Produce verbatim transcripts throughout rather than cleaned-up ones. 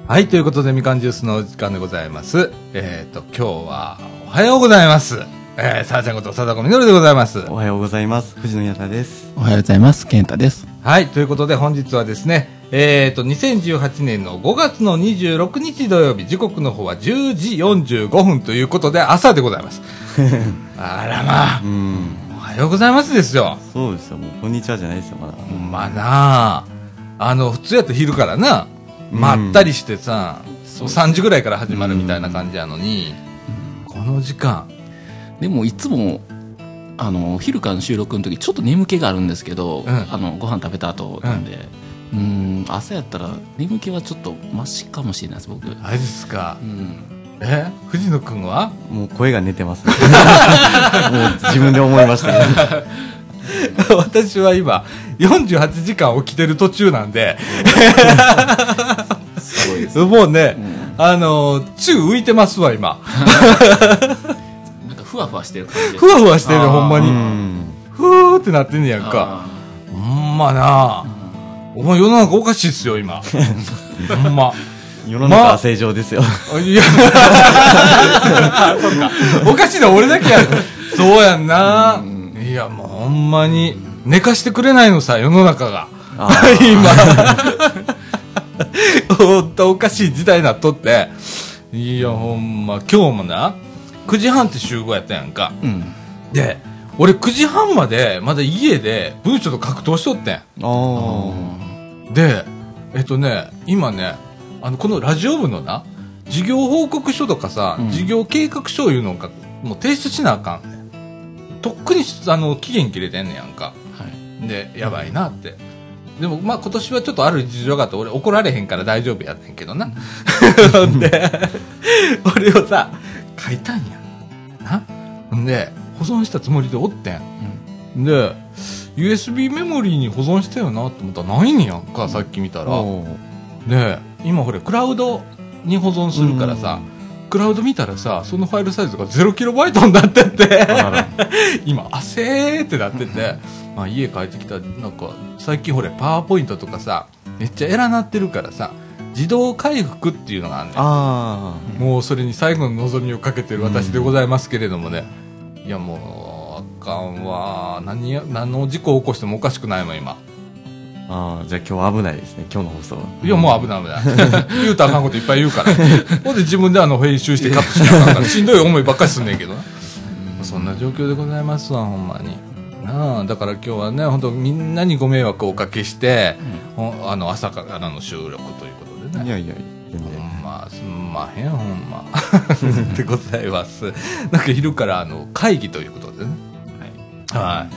はい、ということでみかんジュースのお時間でございます。えっ、ー、と今日はおはようございます。えー、さあちゃんこと貞子みのるでございます。 おはようございます。藤野弥太です。 おはようございます。健太です。 はい、ということで本日はですね、えーとにせんじゅうはちねんのごがつのにじゅうろくにち土曜日、時刻の方はじゅうじよんじゅうごふんということで朝でございます。あらまあ、うん、おはようございますですよ。 そうですよ。もうこんにちはじゃないですよまだ。 まあなあ、あの普通やったら昼からな。まったりしてさ、うん、さんじぐらいから始まるみたいな感じやのに、うん、この時間でもいつもあの昼からの収録の時ちょっと眠気があるんですけど、うん、あのご飯食べた後なんで、うん、うん朝やったら眠気はちょっとマシかもしれないです僕。 あれですか、うん、え藤野くんはもう声が寝てます、ね、もう自分で思いましたけど私は今よんじゅうはちじかん起きてる途中なんで、すごいですね、もうね、うん、あの宙浮いてますわ今。 なんかふわふわしてる感じでふわふわしてるほんまに、ふーってなってんねやんか。ほんまな、うん、お前世の中おかしいっすよ今。ほんま世の中は正常ですよ、 ま、いやそうか、おかしいのは俺だけやる。そうやんな、うん、いやもうほんまに寝かしてくれないのさ世の中が今ほんとおかしい時代になっとって、いやほんま今日もなくじはんって集合やったやんか、うん、で俺くじはんまでまだ家で文章と格闘しとってん。あでえっとね今ねあのこのラジオ部のな事業報告書とかさ、うん、事業計画書いうのがもう提出しなあかんねん。とっくにあの期限切れてんねやんか、はい、でやばいなって。でもまあ今年はちょっとある事情があって俺怒られへんから大丈夫やってんけどな、うん、で俺をさ書いたんやな。で保存したつもりでおってん、うん、で ユーエスビー メモリーに保存したよなと思ったらないんやんか、さっき見たら。で今ほれクラウドに保存するからさ、うん、クラウド見たらさそのファイルサイズがゼロキロバイトになってて今あせーってなっててまあ家帰ってきたらなんか最近ほれパワーポイントとかさめっちゃエラなってるからさ自動回復っていうのがあんねん。あもうそれに最後の望みをかけてる私でございますけれどもね、うん、いやもうあかんわ。 何, や何の事故を起こしてもおかしくないもん今。 ああじゃあ今日危ないですね今日の放送は。 いやもう危ない危ない言うたらあかんこといっぱい言うからほんで自分であの編集してカットしなあかんからしんどい思いばっかりすんねんけどなそんな状況でございますわほんまになあ。だから今日はね本当みんなにご迷惑をおかけして、うん、あの朝からの収録ということでね。 いやいやほんますんまへんほんまでございます。なんか昼からあの会議ということでね、はい、はい、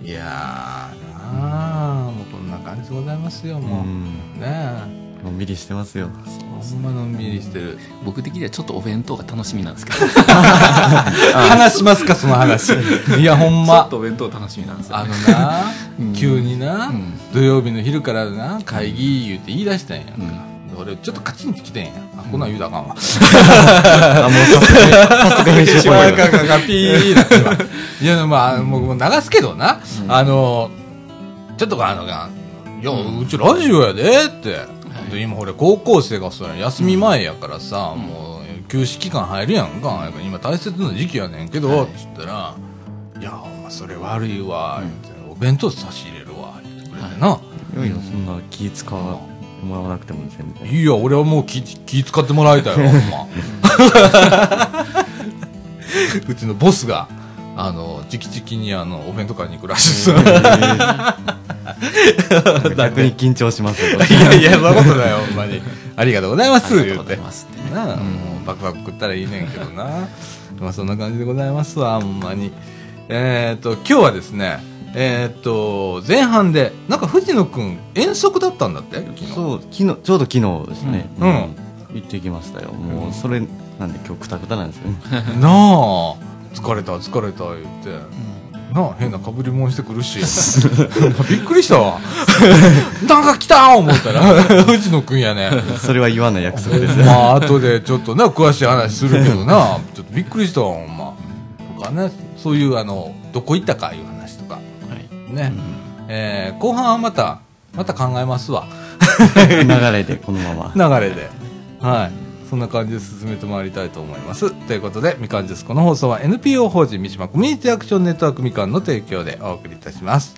いやーなあもうこんな感じでございますよもう、うん、ねえのんびりしてますよ。 ほんまのんびりしてる。 僕的にはちょっとお弁当が楽しみなんですけど話しますかその話いやほんまちょっとお弁当楽しみなんですよ、ね、 あのな、うん、急にな、うん、土曜日の昼からな会議言うて言い出したんやんか、うん、俺ちょっとカチンと来てんやん。あこんなん言うたらあかんわあもう早速早速編集しまうかかかピーなっていやまあもう流すけどな、うん、あのちょっとあのいや、うん、うちラジオやでって、はい、で今ほれ高校生がそれ休み前やからさ、うん、もう休止期間入るやんか今大切な時期やねんけど、はい、って言ったらいやお前それ悪いわ、うん、お弁当差し入れるわって言ってくれてな、はい、 いやいやそんな気使わもらわなくても全然。 いや俺はもう 気, 気使ってもらいたいよほんまうちのボスがあの直々にあのお弁当買いに行くらしいです、えー、逆に緊張しますよいやいやそんなことだよほんまにありがとうございます言ってなあ、うん、もうバクバク食ったらいいねんけどなまあそんな感じでございますわほんまに。えー、っと今日はですねえー、っと前半でなんか藤野くん遠足だったんだって昨日。 そう昨日ちょうど昨日ですね、 うんうん、 行ってきましたよ。もうそれなんで今日クタクタなんですよねなあ疲れた疲れた言って、うん、なあ変なかぶりもんしてくるしびっくりしたわなんか来た思ったら藤野くんやねそれは言わない約束ですまあ後でちょっとな詳しい話するけどなちょっとびっくりしたわほんまとかねそういうあのどこ行ったかいう話とか、はいねうんえー、後半はまたまた考えますわ流れでこのまま流れではい。そんな感じで進めてまいりたいと思います。ということで、みかんジュース、この放送は エヌピーオー 法人三島コミュニティアクションネットワークみかんの提供でお送りいたします。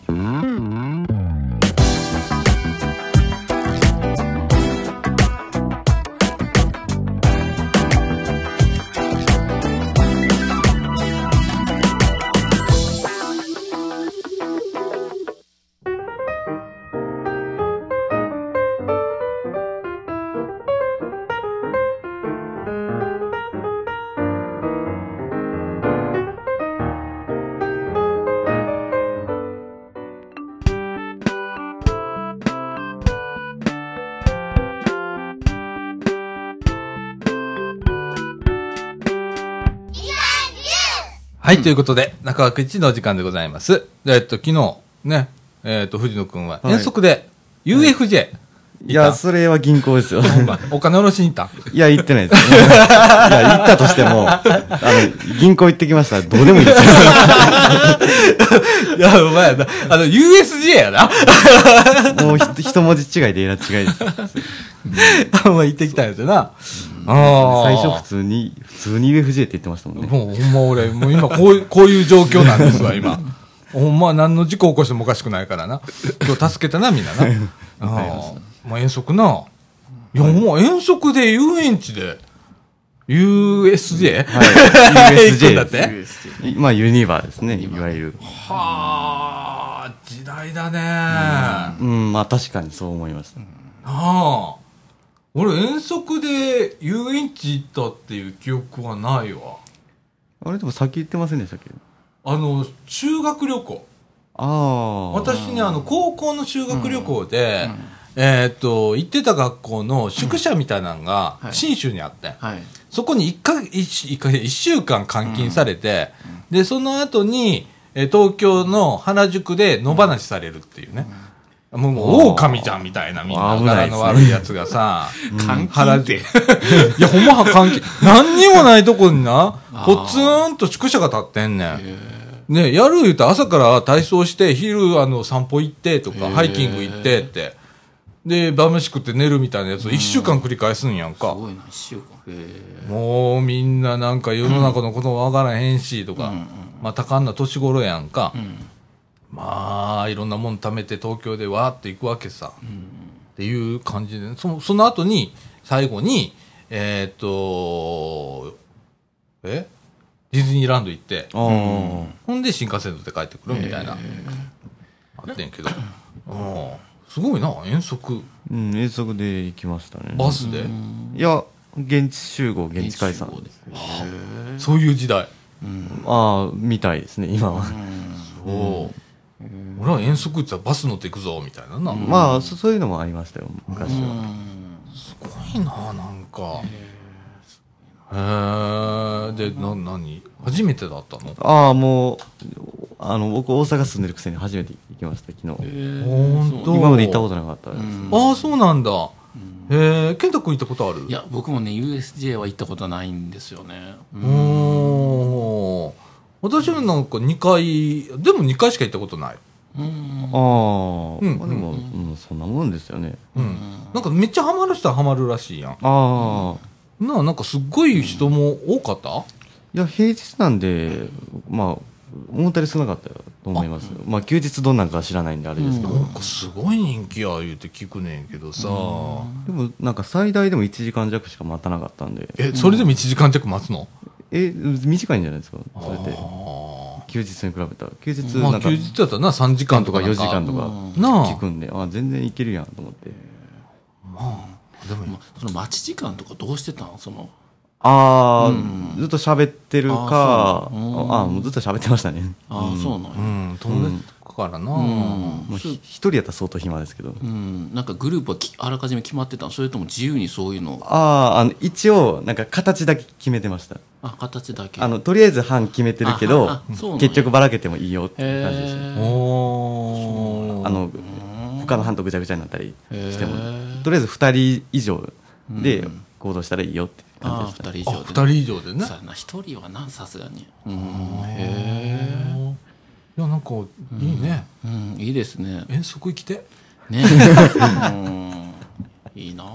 はい、ということで、中枠一のお時間でございます。えっと、昨日、ね、えっと、藤野くんは遠足で ユーエフジェー、 いや、それは銀行ですよ。 お金下ろしに行った？ いや、行ってないですね。いや、行ったとしても、あの、銀行行ってきましたらどうでもいいですよ。 いや、お前やな。あの、ユーエスジェー やな。 もうひ、一文字違いでえら違いです。 あんま行ってきたんやつよな。 あ最初普通に、普通に ユーエフジェー って言ってましたもんね。 もう、ほんま俺、もう今こういう、こういう状況なんですわ、今。ほんま何の事故起こしてもおかしくないからな。今日助けたな、みんなな。ああ。まあ、遠足な。いや、もう遠足で遊園地で、ユーエスジェー? はい。ユーエスジェーだって。 まあ、ユニバーですね、いわゆる。 はあ、時代だね。 うん、うん、まあ確かにそう思います。 ああ。俺、遠足で遊園地行ったっていう記憶はないわ。 あれでも先言ってませんでしたっけ？ あの、修学旅行。 ああ。 私ね、あの、高校の修学旅行で、うんうん、えー、っと、行ってた学校の宿舎みたいなのが、信州にあって、うんはい、そこに一か、一、一週間監禁されて、うん、で、その後に、え東京の原宿で野放しされるっていうね。うん、もう、もう狼じゃんみたいな、みんな、柄の悪いやつがさ、 監禁って。 いや、ほんまは監禁。何にもないとこにな、ポツンと宿舎が立ってんねん。ね、やる言うと朝から体操して、昼、あの、散歩行ってとか、ハイキング行ってって。で、晩飯食って寝るみたいなやつを一週間繰り返すんやんか。 すごいな、一週間。 もうみんななんか世の中のこともわからへんしとか、うん、まあ多感な年頃やんか。うん、まあ、いろんなもん貯めて東京でわーって行くわけさ。うん、っていう感じで、その、その後に、最後に、えー、っと、えディズニーランド行って、うん、ほんで新幹線乗って帰ってくるみたいな、あってんけど、うん、すごいな、遠足。 うん、遠足で行きましたね。 バスで？ いや、現地集合、現地解散。 そういう時代。 うん、ああ、みたいですね、今は。 そう。俺は遠足って言ったらバス乗って行くぞ、みたいなな。 まあそ、そういうのもありましたよ、昔は。 すごいな、なんか。へー。で、な、何初めてだったの？ ああ、もう、あの、僕大阪住んでるくせに初めて行きました、昨日。 本当？ 今まで行ったことなかったです。 ああ、そうなんだ。へえ、健太君行ったことある？ いや、僕もね、ユーエスジェー は行ったことないんですよね。 おー。私はなんかにかい、でもにかいしか行ったことない。 うん、ああ、うん、まあでも、うん、そんなもんですよね。 うん。なんかめっちゃハマる人はハマるらしいやん。ああ。 なあ、なんかすっごい人も多かった？いや、平日なんで、まあ、思ったより少なかったと思います。まあ、休日どんなんか知らないんであれですけど。 なんかすごい人気や言うて聞くねんけどさ。 でも、なんか最大でもいちじかん弱しか待たなかったんで。 え、それでもいちじかん弱待つの？ え、短いんじゃないですか、それって。休日に比べたら。休日なんか。 まあ、休日だったらな、さんじかんとかよじかんとか聞くんで、あ、全然いけるやんと思って。 まあ。でも、その待ち時間とかどうしてたの？そのああ、うん、ずっと喋ってるか、ああ、もうずっと喋ってましたね。 ああ、そうなんや。うん、 友達からな。 一人やったら相当暇ですけど。 うん、なんかグループはあらかじめ決まってたの？それとも自由にそういうの？ ああ、あの、一応、なんか形だけ決めてました。 あ、形だけ。 あの、とりあえず班決めてるけど、結局ばらけてもいいよっていう感じですね。おー。あの、他の班とぐちゃぐちゃになったりしても、とりあえず二人以上で行動したらいいよって感じですね。 あ、二人以上で、ね。 二人以上でね。 そうやな、一人はな、さすがに。 うん。へえ。いや、なんか、いいね。 うん、いいですね。 遠足行きて。 ねえ。うん。いいなぁ。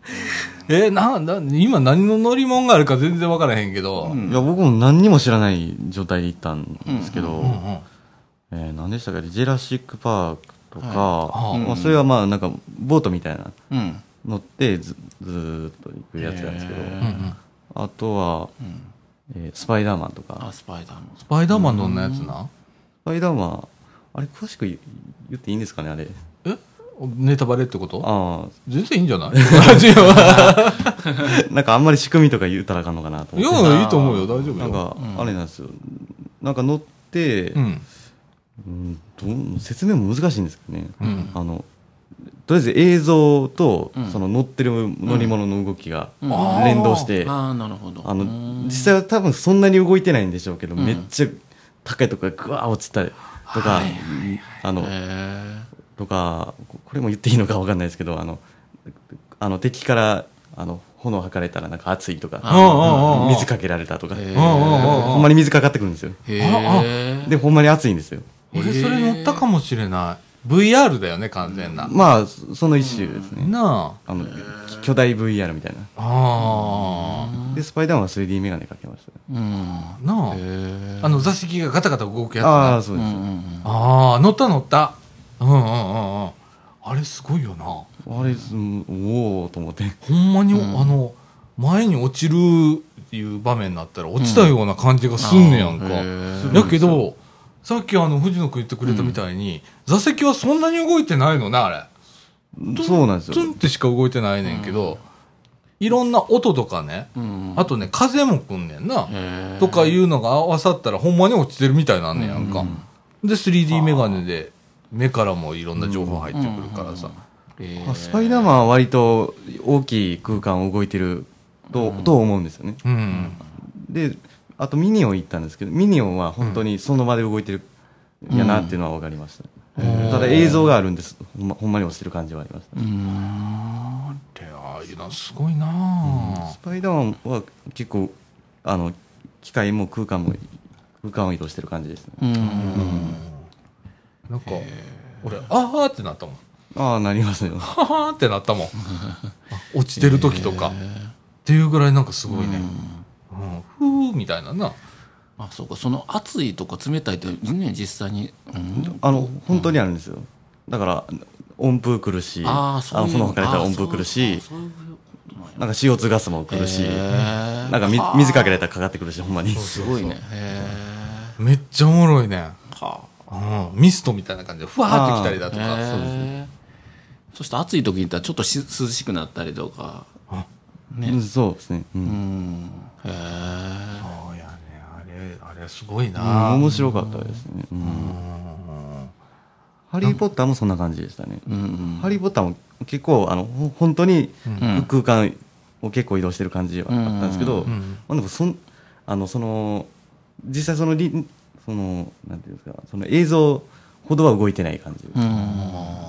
えー、な、な、今何の乗り物があるか全然分からへんけど。 うん、いや、僕も何にも知らない状態で行ったんですけど、うんうんうん、えー、何でしたかね、ジェラシックパークとか、はい、まあ、それはまあなんかボートみたいな、うん、乗ってずずーっと行くやつなんですけど、あとは、うんえー、スパイダーマンとか。 あ、スパイダーマン。 スパイダーマンどんなやつな、 スパイダーマン、あれ詳しく言っていいんですかね、あれ。 えネタバレってこと？ ああ。 全然いいんじゃないなんかあんまり仕組みとか言ったらあかんのかなと思って。 いや、いいと思うよ、大丈夫よ。 なんか、あれなんですよ。なんか乗って、うん、うんどう説明も難しいんですけどね。うん、あの、とりあえず映像と、その乗ってる乗り物の動きが連動して、 ああ、なるほど。 あの、実際は多分そんなに動いてないんでしょうけど、めっちゃ高いところがぐわー落ちたりとか、あの、とか、これも言っていいのか分かんないですけど、あの、あの敵からあの炎を吐かれたらなんか熱いとか、水かけられたとか、ほんまに水かかってくるんですよ。で、ほんまに熱いんですよ。 え、それ乗ったかもしれない。ブイアール だよね、完全な。 まあ、その一種ですね。 なあ。あの、巨大 ブイアール みたいな。ああ。で、スパイダーマンは スリーディー メガネかけました。 うん。なあ。あの、座席がガタガタ動くやつ。 ああ、そうです。 ああ、乗った乗った。うんうんうんうん。あれすごいよな。 あれ、おおと思って。 ほんまに、あの、前に落ちるっていう場面になったら落ちたような感じがすんねやんか。だけど、さっきあの藤野君言ってくれたみたいに、うん、座席はそんなに動いてないのね、あれ。 そうなんですよ。 ツンってしか動いてないねんけど、うん、いろんな音とかね、うん、あとね、風も来んねんな、とかいうのが合わさったらほんまに落ちてるみたいなんねやんか。うん、で、スリーディー メガネで目からもいろんな情報入ってくるからさ。 スパイダーマンは割と大きい空間を動いてると、うん、と思うんですよね。うん、で、あとミニオン行ったんですけど、ミニオンは本当にその場で動いてるんやなっていうのは分かりました。うん、ただ映像があるんです。ほんま、ほんまに落ちてる感じはありました。うーん。 ああいうのすごいな、うん、 スパイダーマンは結構、あの、機械も空間も、空間を移動してる感じですね。うん。うん、 なんか、俺、あーってなったもん。 ああ、なりますよ。 ははーってなったもん。落ちてる時とか。っていうぐらいなんかすごいね。うん、ふーみたいなな。 あ、そうか。その熱いとか冷たいってね、実際に、 うん、あの本当にあるんですよ。だから温風来るし、ああのその他れたら温風来るし、なんか シーオーツー ガスも来るし、なんかみ水かけられたらかかってくるし、ほんまに。 すごいね。 めっちゃおもろいね。はあ、うん、ミストみたいな感じでふわーってきたりだとか。そうですね。 そして暑い時に行ったらちょっとし涼しくなったりとか。 ね、そうですね。うん。うん、 へえ。そうやね。あれ、あれすごいな、 うん。面白かったですね。うん。ハリーポッターもそんな感じでしたね。うんうん、ハリーポッターも結構あの本当に空間を結構移動してる感じはあったんですけど、うんうん、まあ、でもそんあのその実際そのリそのなんていうんですか、その映像ほどは動いてない感じ。うん、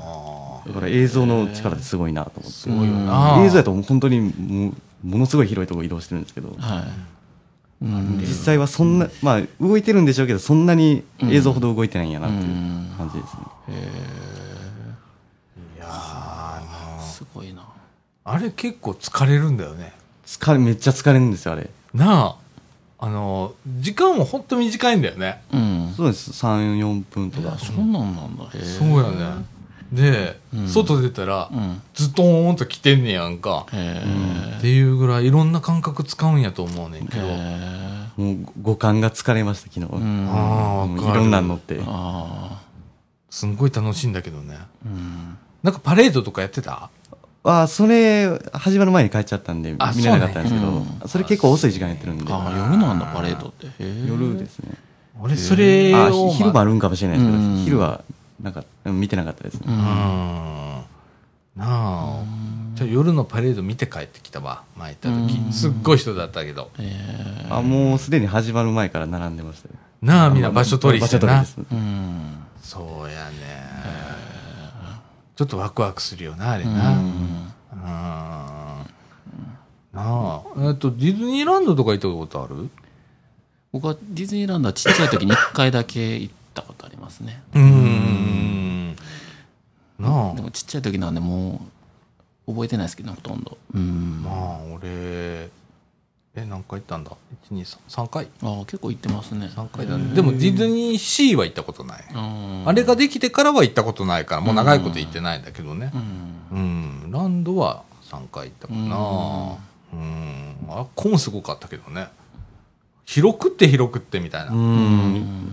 だから映像の力ってすごいなと思って。すごいよな。映像だと本当にもものすごい広いところ移動してるんですけど、はい、うん、実際はそんな、まあ動いてるんでしょうけど、そんなに映像ほど動いてないんやなっていう感じですね。うん、へえ。いやー、 すごいな。 あれ結構疲れるんだよね。 疲れ、めっちゃ疲れるんですよ、あれ。 なあ、あの、時間も本当短いんだよね。 うん。そうです、さん、よんぷんとか。 そんなんなんだ。へえ。 そうやね。で、うん、外出たら、うん、ズトーンと来てんねやんか、うん、っていうぐらいいろんな感覚使うんやと思うねんけど、 もう五感が疲れました昨日、うん、あいろんなの乗って、 あすんごい楽しいんだけどね、うん、なんかパレードとかやってた？ あそれ始まる前に帰っちゃったんで見れなかったんですけど、 そ,、ねうん、それ結構遅い時間やってるんで。 あ夜なんだパレードって。 夜ですね。 俺それあ昼もあるんかもしれないですけど、うん、昼はなんか見てなかったですね。うんなあ、じゃあ夜のパレード見て帰ってきたわ前行った時。すっごい人だったけど、 えー、あもうすでに始まる前から並んでましたよ。 なあみんな場所取りしてな。 場所取りです。うん、 そうやね、ちょっとワクワクするよなあれな。うんうんなあ、えっとディズニーランドとか行ったことある？ 僕はディズニーランドはちっちゃい時にいっかいだけ行ったことありますね。 うーんなあ。 でもちっちゃい時なんでもう覚えてないですけどね、ほとんど。うん。 まあ、俺、え、何回行ったんだ ?いち、に、さん、さんかい。 ああ、結構行ってますね。 さんかいだね。でもディズニーシーは行ったことない。あれができてからは行ったことないから、もう長いこと行ってないんだけどね。うん。うん、ランドはさんかい行ったかな。うん。あっこもすごかったけどね。広くって広くってみたいな。うん。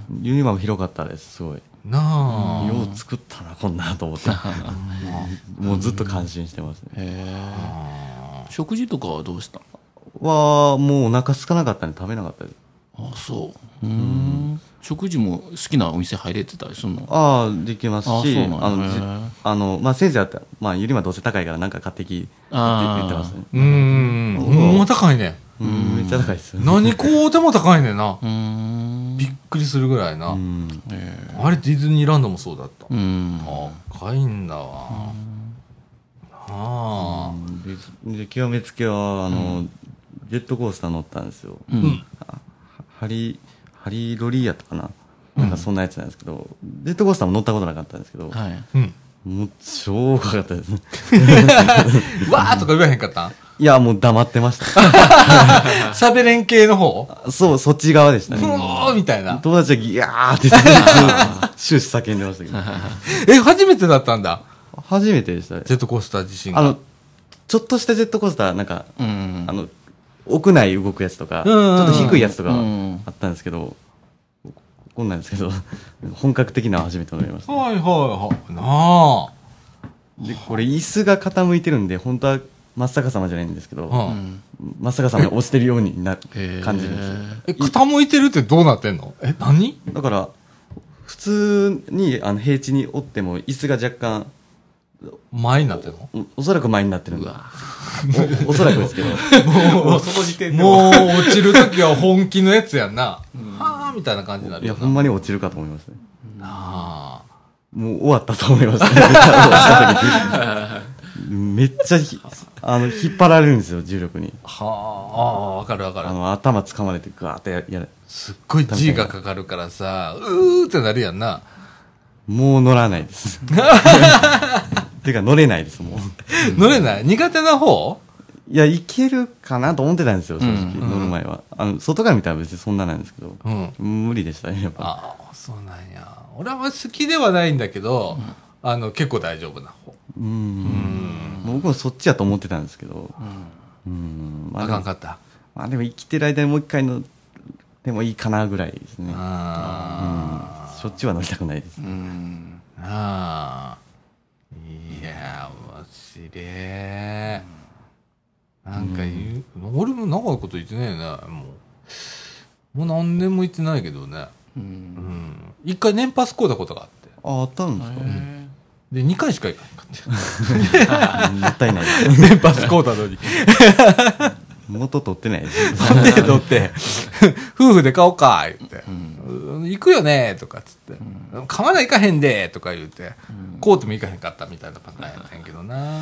ユニバも広かったです、すごい。 なあ。 よう作ったな、こんなと思って。もうずっと感心してますね。 へー。食事とかはどうしたのは、もうお腹空かなかったんで食べなかったです。 ああ、そう。うん。食事も好きなお店入れてたりするの？ ああ、できますし、あの、あの、まあ、先生だったら、まあ、ゆりまどうせ高いからなんか買ってきって言ってますね。 うん。ほんま高いね。 うん、めっちゃ高いです。 何買うても高いねんな。びっくりするぐらいな。あれディズニーランドもそうだった。高いんだわ。ああ。 で、極めつけは、あの、ジェットコースター乗ったんですよ。うん。ハリ、ハリロリーやったかな、なんかそんなやつなんですけど、ジェットコースターも乗ったことなかったんですけど、はい。うん。もう超かかったです。 わーとか言わへんかったん？ いや、もう黙ってました。 喋れん系の方？ そう、そっち側でしたね。 ふーみたいな。 友達はギヤーって言って、終始叫んでましたけど。 え、初めてだったんだ？ 初めてでしたね。 ジェットコースター自身が。 あの、ちょっとしたジェットコースター、なんか、うん、あの、屋内動くやつとか、ちょっと低いやつとかあったんですけど、こんなんですけど、本格的なの初めて乗りました。 はいはいはい。なあ。 で、これ椅子が傾いてるんで、本当は真っ逆さまじゃないんですけど、うん、真っ逆さまに押してるようになる感じです。 え、傾いてるってどうなってんの？え、何？ だから、普通にあの平地に折っても椅子が若干、 前になってるの？ お, おそらく前になってるんだ。お, おそらくですけど。 もう、その時点でもう落ちるときは本気のやつやんな。うん、はぁみたいな感じになるよな。 いや、ほんまに落ちるかと思いますね。 なあ。 もう終わったと思いますね。めっちゃあの引っ張られるんですよ、重力に。 はあ、ああ、わかるわかる。 あの頭掴まれてガーってややる。 すっごい G がかかるからさ、うーってなるやんな。 もう乗らないです。てか乗れないです、もう。 乗れない？苦手な方？ いや、いけるかなと思ってたんですよ、正直、うん、乗る前は。あの、外から見たら別にそんななんですけど、うん、無理でしたね、やっぱ。 ああ、そうなんや。俺は好きではないんだけど、うん、あの、結構大丈夫な方。うん。うん。僕もそっちやと思ってたんですけど、 うん。うん。まあ、あかんかった。 まあでも生きてる間にもう一回乗ってもいいかなぐらいですね。ああ。うん。しょっちゅうは乗りたくないです。うん。 ああ。いやー、面白い。なんか言う、うん、俺も長いこと言ってないよね、もう。もう何年も言ってないけどね。うん。うん、一回年パス買うたことがあって。 あ、あったんですか？ で、二回しか行かなかった。 もったいない。 年パス買うたのに。 元取ってないです。 取って取って。夫婦で買おうか、言って。うん、行くよね、とかっつって。うん、買わないかへんで、とか言って。買うても行かへんかったみたいなパターンやったんやけどな。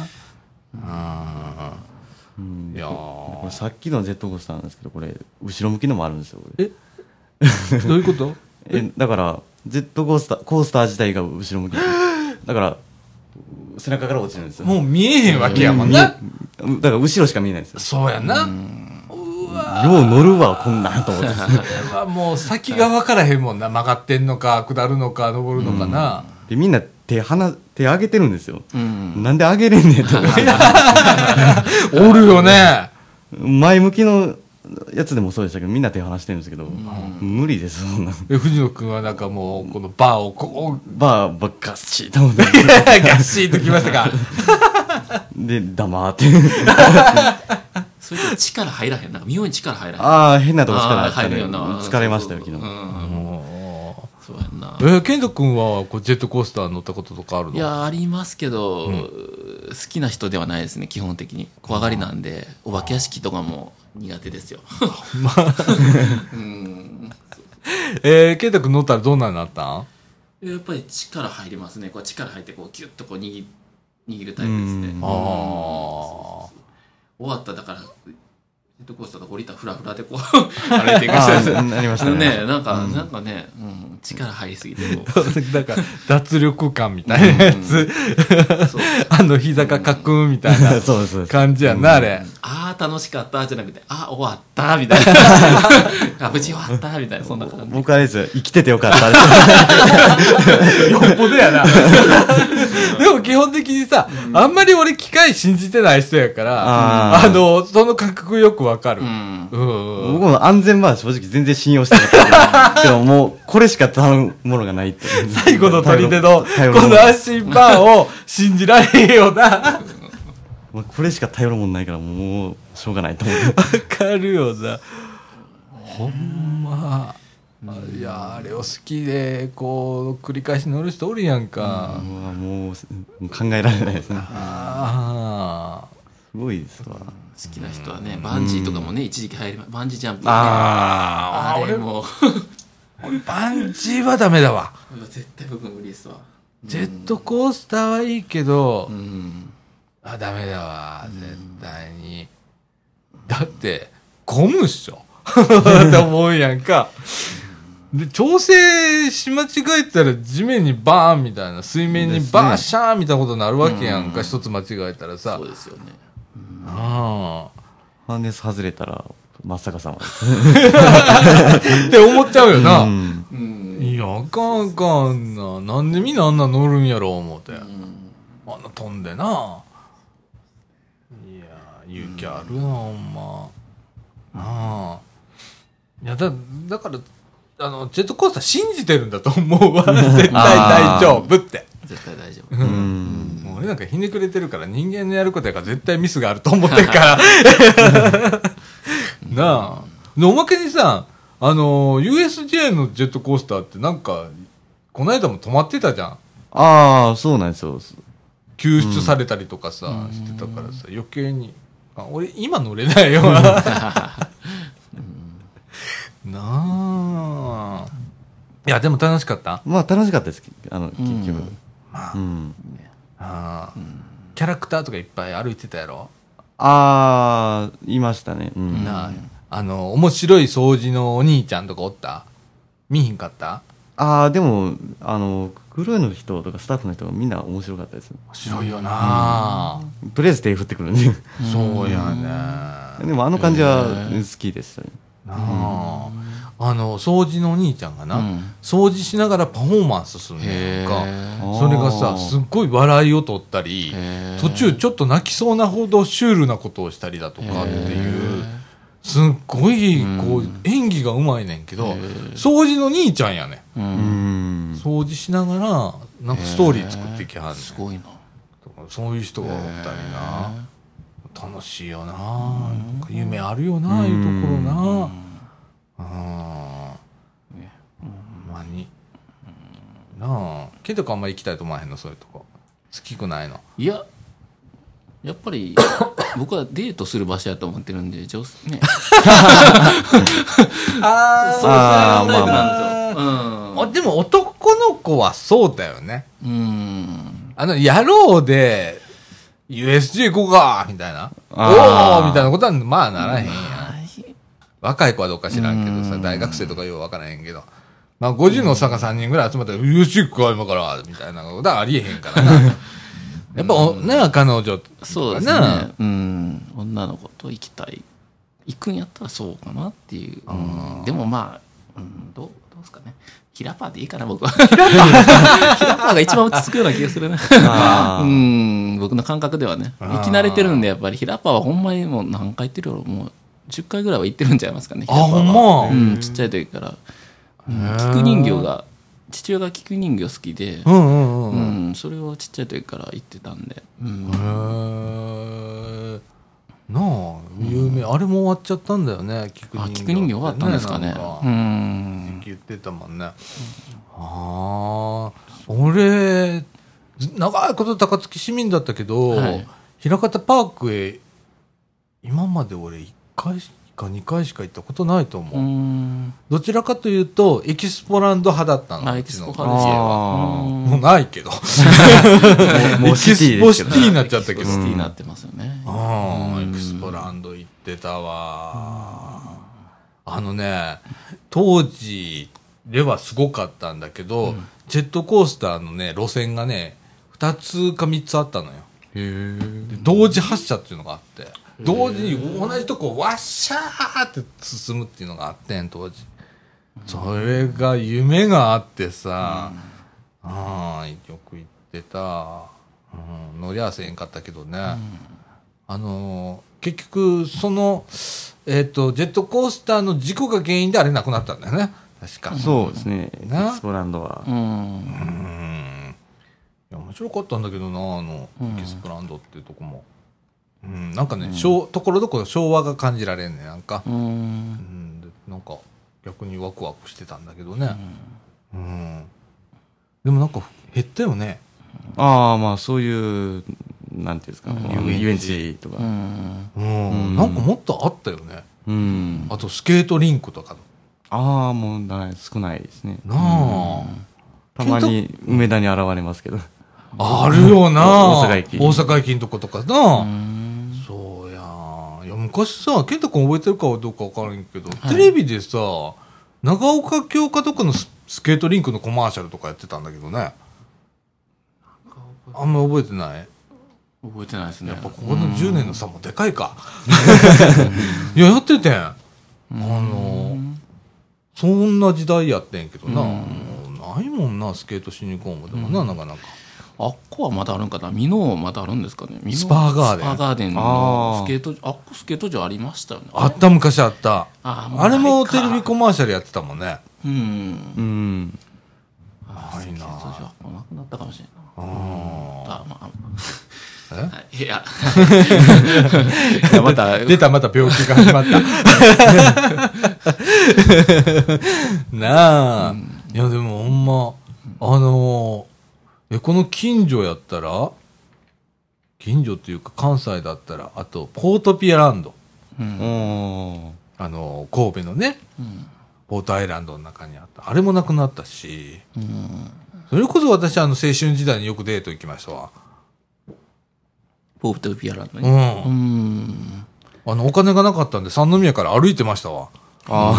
うん、いやこれさっきのジェットコースターなんですけど、これ後ろ向きのもあるんですよ。 えどういうこと？ えだからジェットコースターコースター自体が後ろ向きだから背中から落ちるんですよ。 もう見えへんわけやもんな。だから後ろしか見えないんですよ。 そうやな。 うわよう乗るわこんなんと思って。 それはもう先が分からへんもんな。曲がってんのか下るのか登るのかな。 でみんな手離手上げてるんですよ、うん、なんで上げれんねんって思っておるよね。 前向きのやつでもそうでしたけどみんな手離してるんですけど、うん、無理ですそんな。 え藤野君はなんかもうこのバーをこうバーばっガッシーと思ってガッシーときましたかで黙ってそれで力入らへんなんか妙に力入らへん。 ああ変なとこ力入るよな。疲れましたよ昨日。 そうやんな。 えー、健人君はこうジェットコースター乗ったこととかあるの？ いやありますけど、うん、好きな人ではないですね基本的に。怖がりなんでお化け屋敷とかも苦手ですよ。まあうん、えー、健人君乗ったらどんなになったん？ やっぱり力入りますね。こう力入ってこうギュッとこう握握るタイプですね。ああ。終わっただからジェットコースターと降りたらフラフラでこう歩いていく人あなりましたね。 ねなんか、うん、なんかね、うん、力入りすぎてもなんか脱力感みたいなやつ、うん、あの膝がかくみたいな感じやな、あれ。 ああ楽しかったじゃなくて、あ終わったみたいな、あ無事終わったみたいな、そんな感じ。 僕あれですよ、生きててよかったよっぽどやな。でも基本的にさ、うん、あんまり俺機械信じてない人やから、あ, あのその感覚よくわかる。うんうん、僕も安全は正直全然信用してなかったけど、もうこれしか頼むものがないって。 最後の砦のこの安心バーを信じられへんよな。 これしか頼るもんないからもうしょうがないと思う。 わかるよな。ほんま。いやあれを好きでこう繰り返し乗る人おるやんか。 うん、もう考えられないですね。ああすごいですわ。 好きな人はね、バンジーとかもね、一時期入りまバンジージャンプ、ね、あああれもバンジーはダメだわ。 絶対僕無理ですわ。 ジェットコースターはいいけど、うん、あダメだわ絶対に。だって混むっしょって思うやんか。で調整し間違えたら地面にバーンみたいな、水面にバーシャーンみたいなことになるわけやんか、一つ間違えたらさ。 そうですよね。 ああハーネス外れたら真っ逆さまですって思っちゃうよな。うん、いやあかんあかんな、なんでみんなあんな乗るんやろ思って、うん、あんな飛んでな。いや勇気あるな、うん、ほんま。ああいやだだからあのジェットコースター信じてるんだと思うわ。絶対大丈夫って。 絶対大丈夫。 うん。もう俺なんかひねくれてるから、人間のやることやから絶対ミスがあると思ってるからなあ。でおまけにさ、あの ユーエスジェー のジェットコースターってなんかこの間も止まってたじゃん。 ああそうなんですよ。 救出されたりとかさ、うん、してたからさ余計にあ俺今乗れないよなあ。いやでも楽しかった。 まあ楽しかったですあの結局、うん、まあ、うん、 あ、うん、キャラクターとかいっぱい歩いてたやろ。 ああいましたね、 うん、なああの面白い掃除のお兄ちゃんとかおった？見ひんかった？ ああでもあのクルーの人とかスタッフの人がみんな面白かったです。 面白いよな、 うん、とりあえず手振ってくるんでそうやね。 でもあの感じは好きでしたね。 なあ、あの掃除のお兄ちゃんがな、うん、掃除しながらパフォーマンスするんやんか。それがさすっごい笑いを取ったり途中ちょっと泣きそうなほどシュールなことをしたりだとかっていうすっごいこう、うん、演技がうまいねんけど掃除の兄ちゃんやね、うん、掃除しながらなんかストーリー作っていきはんねん。 すごいな。 そういう人がおったりな。楽しいよな、なんか夢あるよな、ああいうところな。ああ、ね、ほんまに。なあ、ケント君あんま行きたいと思わへんの、そういうとこ。好きくないの？ いや、やっぱり僕はデートする場所やと思ってるんで、上手ね。 ああ、 そうあそうなんですよ。 うん。でも男の子はそうだよね。うん。あの野郎で。ユーエスジェー 行こうかみたいな。おーみたいなことはまあならへんやん。若い子はどうか知らんけどさ、大学生とかよう分からへんけど。まあごじゅうのおっさんがさんにんぐらい集まったら、ユーエスジェー 行くか今から、みたいなことはありえへんからな。やっぱ、ね、彼女とかな。 そうですね。うん。女の子と行きたい。行くんやったらそうかなっていう。うん、でもまあ、うん、どう、どうですかね。ヒラパーでいいかな僕は。ヒラパーヒラパーが一番落ち着くような気がするね。うん僕の感覚ではね。行き慣れてるんでやっぱりヒラパーはほんまにもう何回行ってるよもうじゅっかいぐらいは行ってるんちゃいますかね。 あほんま。 うんちっちゃい時から、うん、菊人形が父親が菊人形好きで、 うんうんうんうん、それをちっちゃい時から行ってたんで。うん、 へえ。なあ有名、うん、あれも終わっちゃったんだよね。 菊人形、ね、菊人形終わったんですかね。うん言ってたもんね。うん、ああ俺長いこと高槻市民だったけど、はい、枚方パークへ今まで俺一回かにかいしか行ったことないと思う。うんどちらかというとエキスポランド派だったの。 エキスポ派ですよ。 もうないけどもうシティエキスポシティになっちゃったけど、 シティになってますよね。 あエキスポランド行ってたわ。あのね当時ではすごかったんだけど、うん、ジェットコースターのね路線がねふたつかみっつあったのよ。へ同時発車っていうのがあって同時に同じとこわっしゃーって進むっていうのがあってん当時。それが夢があってさ、うん、あよく行ってた、うん、乗り合わせへんかったけどね、うん、あのー、結局その、えーと、ジェットコースターの事故が原因であれなくなったんだよね確か。 そうですねエキスポランドはうんうんいや面白かったんだけどなあの、うん、エキスポランドっていうとこも、うん、なんかね、うん、ところどころ昭和が感じられんねなんか、うんうん、でなんか逆にワクワクしてたんだけどね、うんうん、でもなんか減ったよね。 ああまあそういうなんていうんですか、うん、遊園地とか、うんうん、なんかもっとあったよね、うん、あとスケートリンクとかああもうない少ないですねなあ、うん、たまに梅田に現れますけどあるよな大阪駅大阪駅のとことかな、うん、そうやいや昔さ健太君覚えてるかどうか分からんけど、はい、テレビでさ長岡京華とかのスケートリンクのコマーシャルとかやってたんだけどね。あんま覚えてない。 覚えてないですね。 やっぱここのじゅうねんの差もでかいかいややっててんあのそんな時代やってんけどなもうないもんなスケートしに行こうもでもななかなかあっこはまだあるんかな美濃まだあるんですかね。 スパーガーデンスパーガーデンのスケートあっこスケート場ありましたよね。 あった昔あったあ, あれもテレビコマーシャルやってたもんね。うんうんないなスケート場なくなったかもしれない。ああまあえいやまた出たまた病気が始まったなあ、うん、いやでもほんまあのえこの近所やったら近所っていうか関西だったらあとポートピアランド、うん、あの神戸のね、うん、ポートアイランドの中にあったあれもなくなったし、うん、それこそ私あの青春時代によくデート行きましたわ。 ポートピアランドに、うん、うんあのお金がなかったんで三宮から歩いてましたわ。あ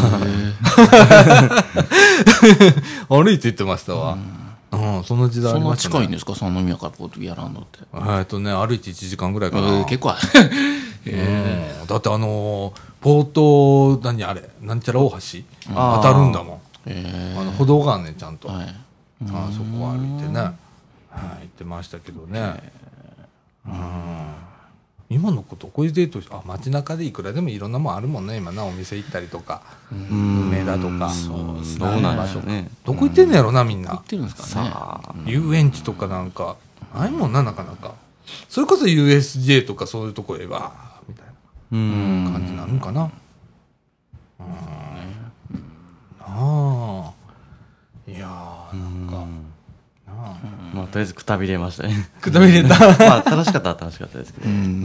歩いて行ってましたわ。うんうん、その時代ありましたね。 そんな近いんですか三宮からポートピアランドって。 えっとね歩いていちじかんぐらいかな。 えー、結構へー、うん、だってあのー、ポート何あれなんちゃら大橋当たるんだもん。えー、あの歩道があんねんちゃんと、はい、あそこ歩いてね、はい、行ってましたけどね。うん今の子どこでデートしてあ街中でいくらでもいろんなもんあるもんね今なお店行ったりとか梅田とかそうですねどうなんでしょうねどこ行ってんのやろなみんな行ってるんですかねさあ遊園地とかなんかないもんななかなかそれこそ ユーエスジェー とかそういうとこへばみたいな感じになるのかな。うんなあいやーなんかまあ、とりあえずくたびれましたねくたびれたまあ楽しかったは楽しかったですけどうん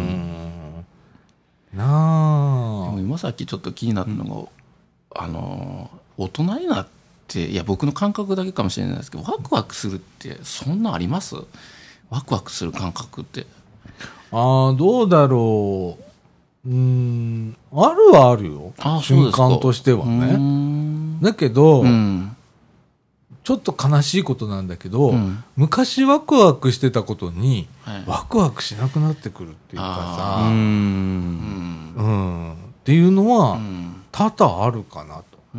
なあでも今さっきちょっと気になったのが、うん、あの大人になっていや僕の感覚だけかもしれないですけどワクワクするってそんなありますワクワクする感覚ってああどうだろううんあるはあるよあ瞬間としてはねだけど、うんちょっと悲しいことなんだけど、うん、昔ワクワクしてたことに、はい、ワクワクしなくなってくるっていうかさうん、うん、っていうのは、うん、多々あるかなと、うん、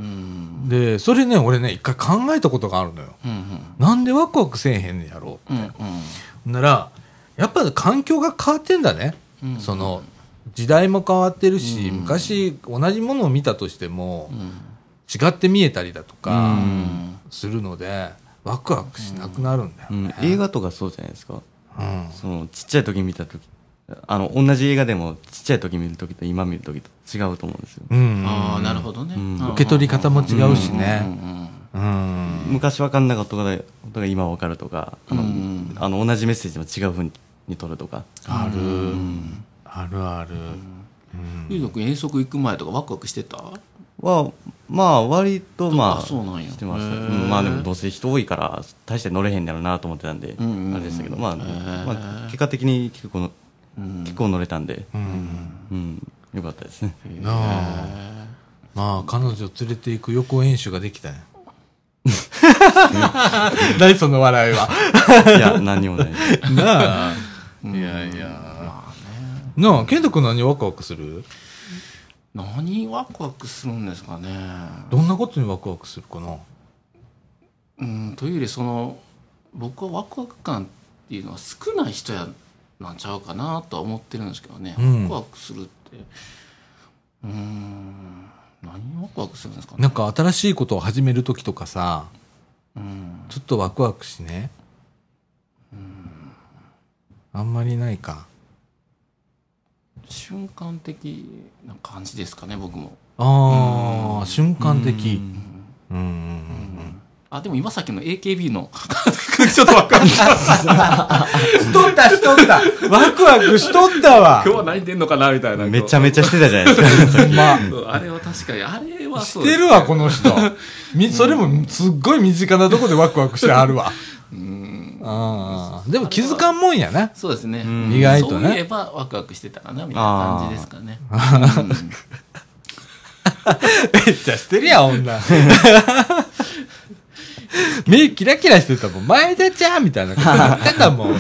でそれね俺ね一回考えたことがあるのよ、うんうん、なんでワクワクせえへんねやろうって、うんうん、ならやっぱり環境が変わってんだね、うんうん、その時代も変わってるし、うん、昔同じものを見たとしても、うん、違って見えたりだとか、うんするのでワクワクしなくなるんだよね、 うん、映画とかそうじゃないですか、うん、そのちっちゃい時見た時あの同じ映画でもちっちゃい時見る時と今見る時と違うと思うんですよ、うん、 ああなるほどね、うん、 受け取り方も違うしね昔分かんなかったことが今分かるとかあの、うん、あの同じメッセージも違うふうに取るとかある、うん、あるある、うんゆうとくん遠足行く前とかワクワクしてたはまあ割とまあそうなんやしてました、うん、まあでもどうせ人多いから大して乗れへんだろうなと思ってたんで、うんうんうん、あれでしたけど、まあ、まあ結果的に結構の、うん、結構乗れたんで、うんうん、よかったですね。 あまあ彼女連れて行く予行演習ができたんや何その笑いは。 いや何もないなあ、いやいや、まあね、なあ健人君何ワクワクする？ 何ワクワクするんですかね。 どんなことにワクワクするかな。 うんというよりその僕はワクワク感っていうのは少ない人やなんちゃうかなとは思ってるんですけどね、うん、ワクワクするってうーん何ワクワクするんですかね。 なんか新しいことを始める時とかさ、うん、ちょっとワクワクしね、うん、あんまりないか。 瞬間的な感じですかね僕も。 ああ、うん、瞬間的。うんうんうんうん。 あでも今さっきの エーケービー のちょっとワクワクしとったしとったワクワクしとったわ。 今日は何出んのかなみたいな。 めちゃめちゃしてたじゃないですか。 まあ、あれは確かにあれはそうしてるわこの人。それもすっごい身近なとこでワクワクしてあるわ。うんあでも気づかんもんやな。 そうですね。 意外とね。 そういえばワクワクしてたかなみたいな感じですかね。 めっちゃしてるやん女。目キラキラしてたもん。前田ちゃんみたいなこと言ってたもん。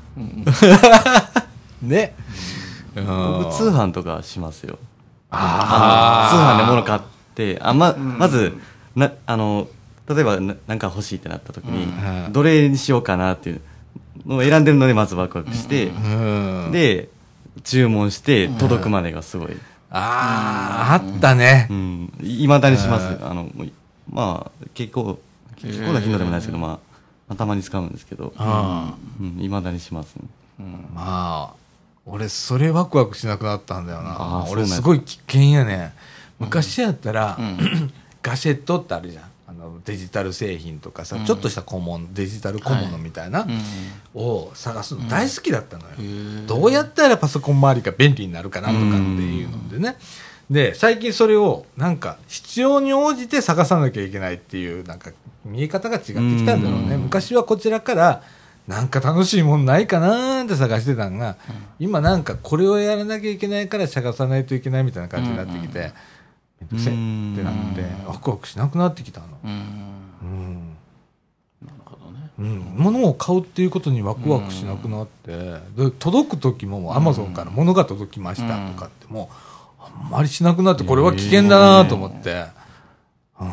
ね。 僕通販とかしますよ。ああ。通販で物買ってあままずなあの。例えば何か欲しいってなった時に、うん、どれにしようかなっていうのを選んでるのでまずワクワクして、うん、で注文して届くまでがすごい、うん、 ああ、うん、あったね。 いま、うん、だにします。あのまあ結構結構な頻度でもないですけど、まあたまに使うんですけどいま、うん、だにしますね。 うん、まあ俺それワクワクしなくなったんだよな。俺すごい危険やね。昔やったら、うん、ガジェットってあるじゃん。あのデジタル製品とかさ、うん、ちょっとした小物デジタル小物みたいな、はい、を探すの大好きだったのよ、うん、どうやったらパソコン周りが便利になるかなとかっていうのでね、うん、で最近それをなんか必要に応じて探さなきゃいけないっていうなんか見え方が違ってきたんだろうね、うん、昔はこちらからなんか楽しいもんないかなって探してたのが、うん、今なんかこれをやらなきゃいけないから探さないといけないみたいな感じになってきて、うんうんめんどくせってなってワクワクしなくなってきたの。うん、うん、なるほどね、うん、物を買うっていうことにワクワクしなくなって、で届く時もアマゾンから物が届きましたとかってもうあんまりしなくなってこれは危険だなと思って、うん、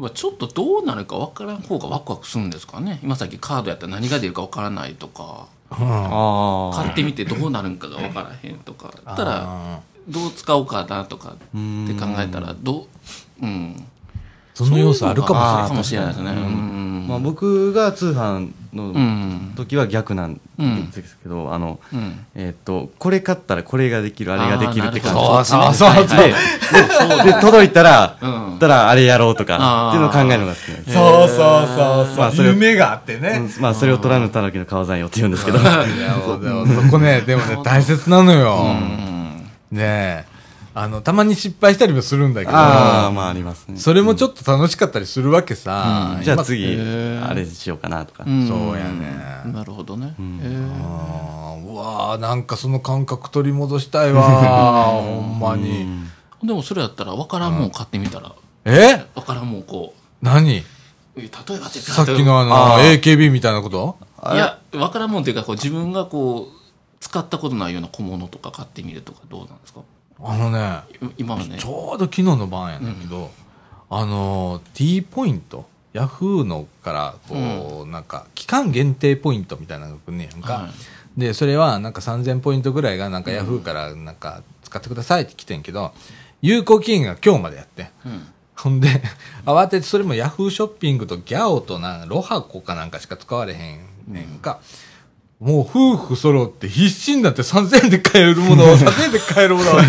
ちょっとどうなるか分からん方がワクワクするんですかね。今さっきカードやったら何が出るか分からないとか、うん、買ってみてどうなるんかが分からへんとかだったらどう使おうかなとかって考えたらどう、うん、 その要素あるかもしれないですね。 まあ僕が通販の時は逆なんですけど、あのえっとこれ買ったらこれができるあれができるって感じそうそうそうで届いたらたらあれやろうとかっていうのを考えるのが好きなんです。 そうそうそうそう夢があってね。 まあそれを虎のたぬきの川山よって言うんですけど、 そこねでもね大切なのよ。ねえあのたまに失敗したりもするんだけど、 ああまあありますね。 それもちょっと楽しかったりするわけさ、 うん、じゃあ次あれしようかなとか、 うん、そうやね。 なるほどね。 うん、あうわなんかその感覚取り戻したいわほんまに。 でもそれやったら分からんもん買ってみたら、 え分からんもんこう何例えばさっきのあの エーケービー みたいなこと？ いや分からんもんっていうかこう自分がこう使ったことないような小物とか買ってみるとかどうなんですか？ あのね今はねちょうど昨日の晩やねんけど、うん、あの T ポイントヤフーのからこう、うん、なんか期間限定ポイントみたいなのが来んねやんか、はい、でそれはなんかさんぜんポイントぐらいがなんかヤフーからなんか使ってくださいって来てんけど、有効期限が今日までやって、うん、ほんで慌ててそれもヤフーショッピングとギャオとなロハコかなんかしか使われへんねんか、うん、もう夫婦揃って必死になってさんぜんえんで買えるものをさんぜんえんで買えるものを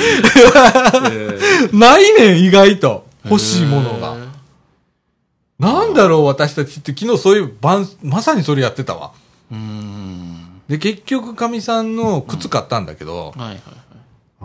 ないねん意外と欲しいものが。なんだろう私たちって昨日そういう晩まさにそれやってたわ。うーんで結局かみさんの靴買ったんだけど、うんはいはいはい、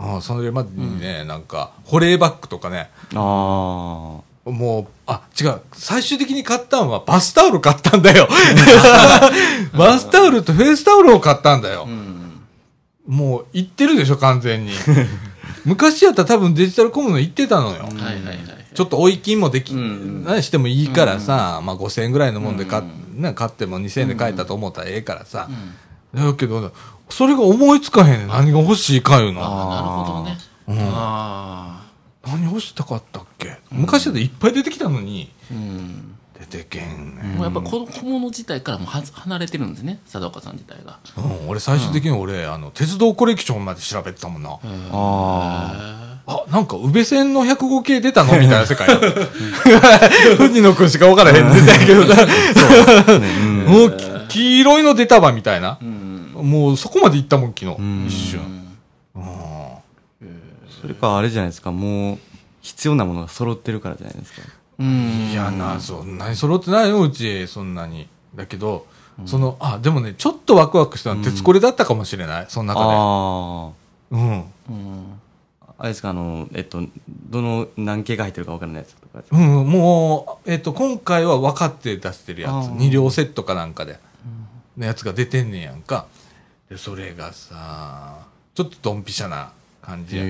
ああ、それまでにね、うん、なんか保冷バッグとかね、あもうあ違う最終的に買ったのはバスタオル買ったんだよバスタオルとフェイスタオルを買ったんだよ、うん、もう言ってるでしょ完全に昔やったら多分デジタルコムの言ってたのよ、うん、はいはいはい、ちょっと追い金もでき、うん、何してもいいからさ、うん、まあごせんえんぐらいのもんで買っ、うんね、買ってもにせんえんで買えたと思ったらええからさ、うん、だけどそれが思いつかへんねん。何が欲しいかいうの。 ああ、なるほどね。うん、 あ何欲したかったっけ、うん、昔だっていっぱい出てきたのに、うん、出てけんね。 もうやっぱ小物自体からもは離れてるんですね、佐岡さん自体が。 うん、俺最終的に俺、うん、あの鉄道コレクションまで調べてたもんな。ああ、なんか宇部線のひゃくご系出たのみたいな世界藤野くんしか分からへん出たけどなもう黄色いの出たわみたいな、うん、もうそこまで行ったもん昨日、うん、一瞬、うん、 それかあれじゃないですか、もう必要なものが揃ってるからじゃないですか。 うん、いやな、そんなに揃ってないようちそんなに。だけど、うん、そのあでもねちょっとワクワクしたのは鉄これだったかもしれない、うん、その中で。あうん、うんあれですか、あの、えっと、どの何系が入ってるか分からないやつとか。 うん、もう、えっと、今回は分かって出してるやつ。に両セットかなんかで、のやつが出てんねんやんか。で、それがさ、ちょっとドンピシャな感じやって、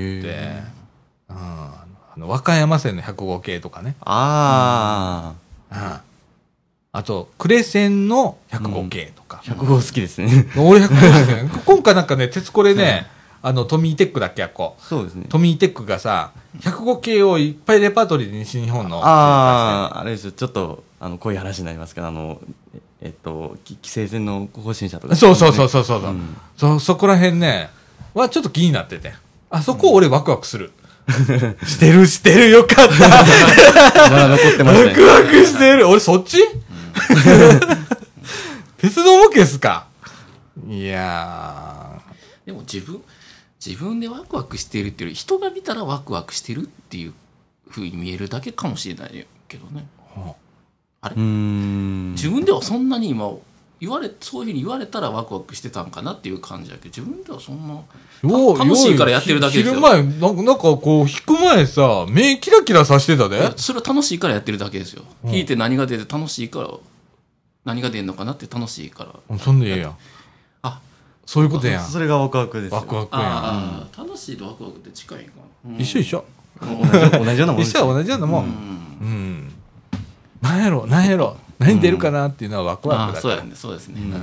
うん、あの和歌山線のひゃくご系とかね。ああ、うん。あと、呉線のひゃくご系とか。 うん、ひゃくご好きですね。 俺ひゃくご好きね。今回なんかね、鉄これね、うんあの、トミーテックだっけやっこ。 そうですね。 トミーテックがさ、ひゃくご系をいっぱいレパートリーで西日本の。 ああ、あれですよ。ちょっと、あの、濃い話になりますけど、あの、えっと、規制線の更新車とか、ね。 そうそうそうそうそう。うん、そ、そこら辺ね、はちょっと気になってて。あそこ俺ワクワクする。してるしてるよかった。 まだ残ってますね。 ワクワクしてる。俺そっち、うん、鉄道模型っすか。いやー。でも自分、自分でワクワクしているっていうより人が見たらワクワクしてるっていう風に見えるだけかもしれないけどね、はあ、あれうーん自分ではそんなに今言われそういうふうに言われたらワクワクしてたんかなっていう感じだけど自分ではそんな楽しいからやってるだけですよ。 昼前なんか、なんかこう引く前さ目キラキラさしてたで。 それは楽しいからやってるだけですよ、うん、引いて何が出て楽しいから何が出んのかなって楽しいからそんでええやん。そういうことやん。 それがワクワクですよ。 ワクワクやん。 ああ、楽しいとワクワクって近いんかな。 一緒一緒。 同じ、同じようなもん。 一緒は同じようなもん。うん。なんやろ、なんやろ、何出るかなっていうのはワクワクだから。 そうやね、そうですね。うん。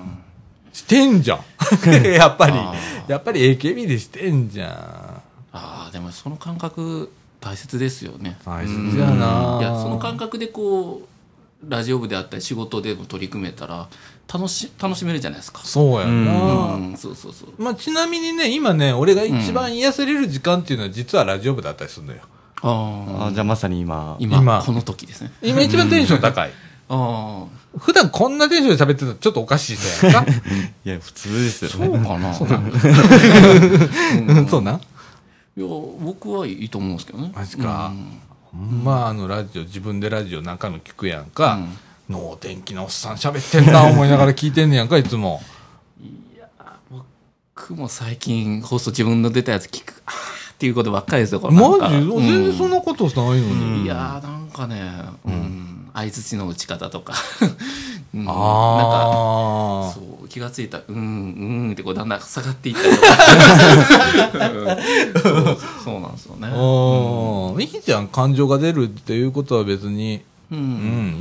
してんじゃん。やっぱり、やっぱり エーケービー でしてんじゃん。ああ、でもその感覚大切ですよね。 大切やな。 いや、その感覚でこう、ラジオ部であったり仕事でも取り組めたら楽し楽しめるじゃないですか。 そうやな、 うん、そうそうそう。 まあ、ちなみにね今ね俺が一番癒される時間っていうのは実はラジオ部だったりするのよ。 ああ、じゃあまさに今今今この時ですね。 今一番テンション高い。ああ、普段こんなテンションで喋ってたらちょっとおかしい人やんか。 いや普通ですよね。そうかな。そうなん。そうなん。 いや僕はいいと思うんですけどね。 マジか。うん、まああのラジオ自分でラジオ中の聞くやんか。うん能天気なおっさん喋ってんな思いながら聞いてんねやんかいつも。 いや僕も最近放送自分の出たやつ聞くあーっていうことばっかりですよ。これマジ、うん、全然そんなことないのに、 うん、いやなんかね相づちの打ち方とか、うん、なんかそう気がついたうんうんってこうだんだん下がっていったりとかそうそうなんですよね、 うん、いいじゃん感情が出るっていうことは別にうん、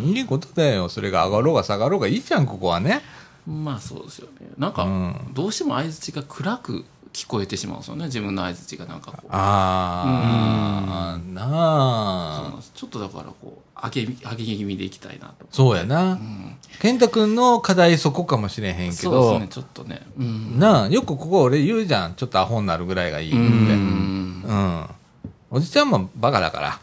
うん、いいことだよ。それが上がろうが下がろうがいいじゃんここはね。 まあそうですよね。なんか、うん、どうしても相づちが暗く聞こえてしまうんですよね自分の相づちがなんかこうああ、うん、なあそうなんです。ちょっとだからこう上げ上げ気味でいきたいなと。 そうやな、うん、健太君の課題そこかもしれへんけどそうですねちょっとね、 うん、なあよくここ俺言うじゃんちょっとアホになるぐらいがいいって。うん、うん、おじちゃんもバカだから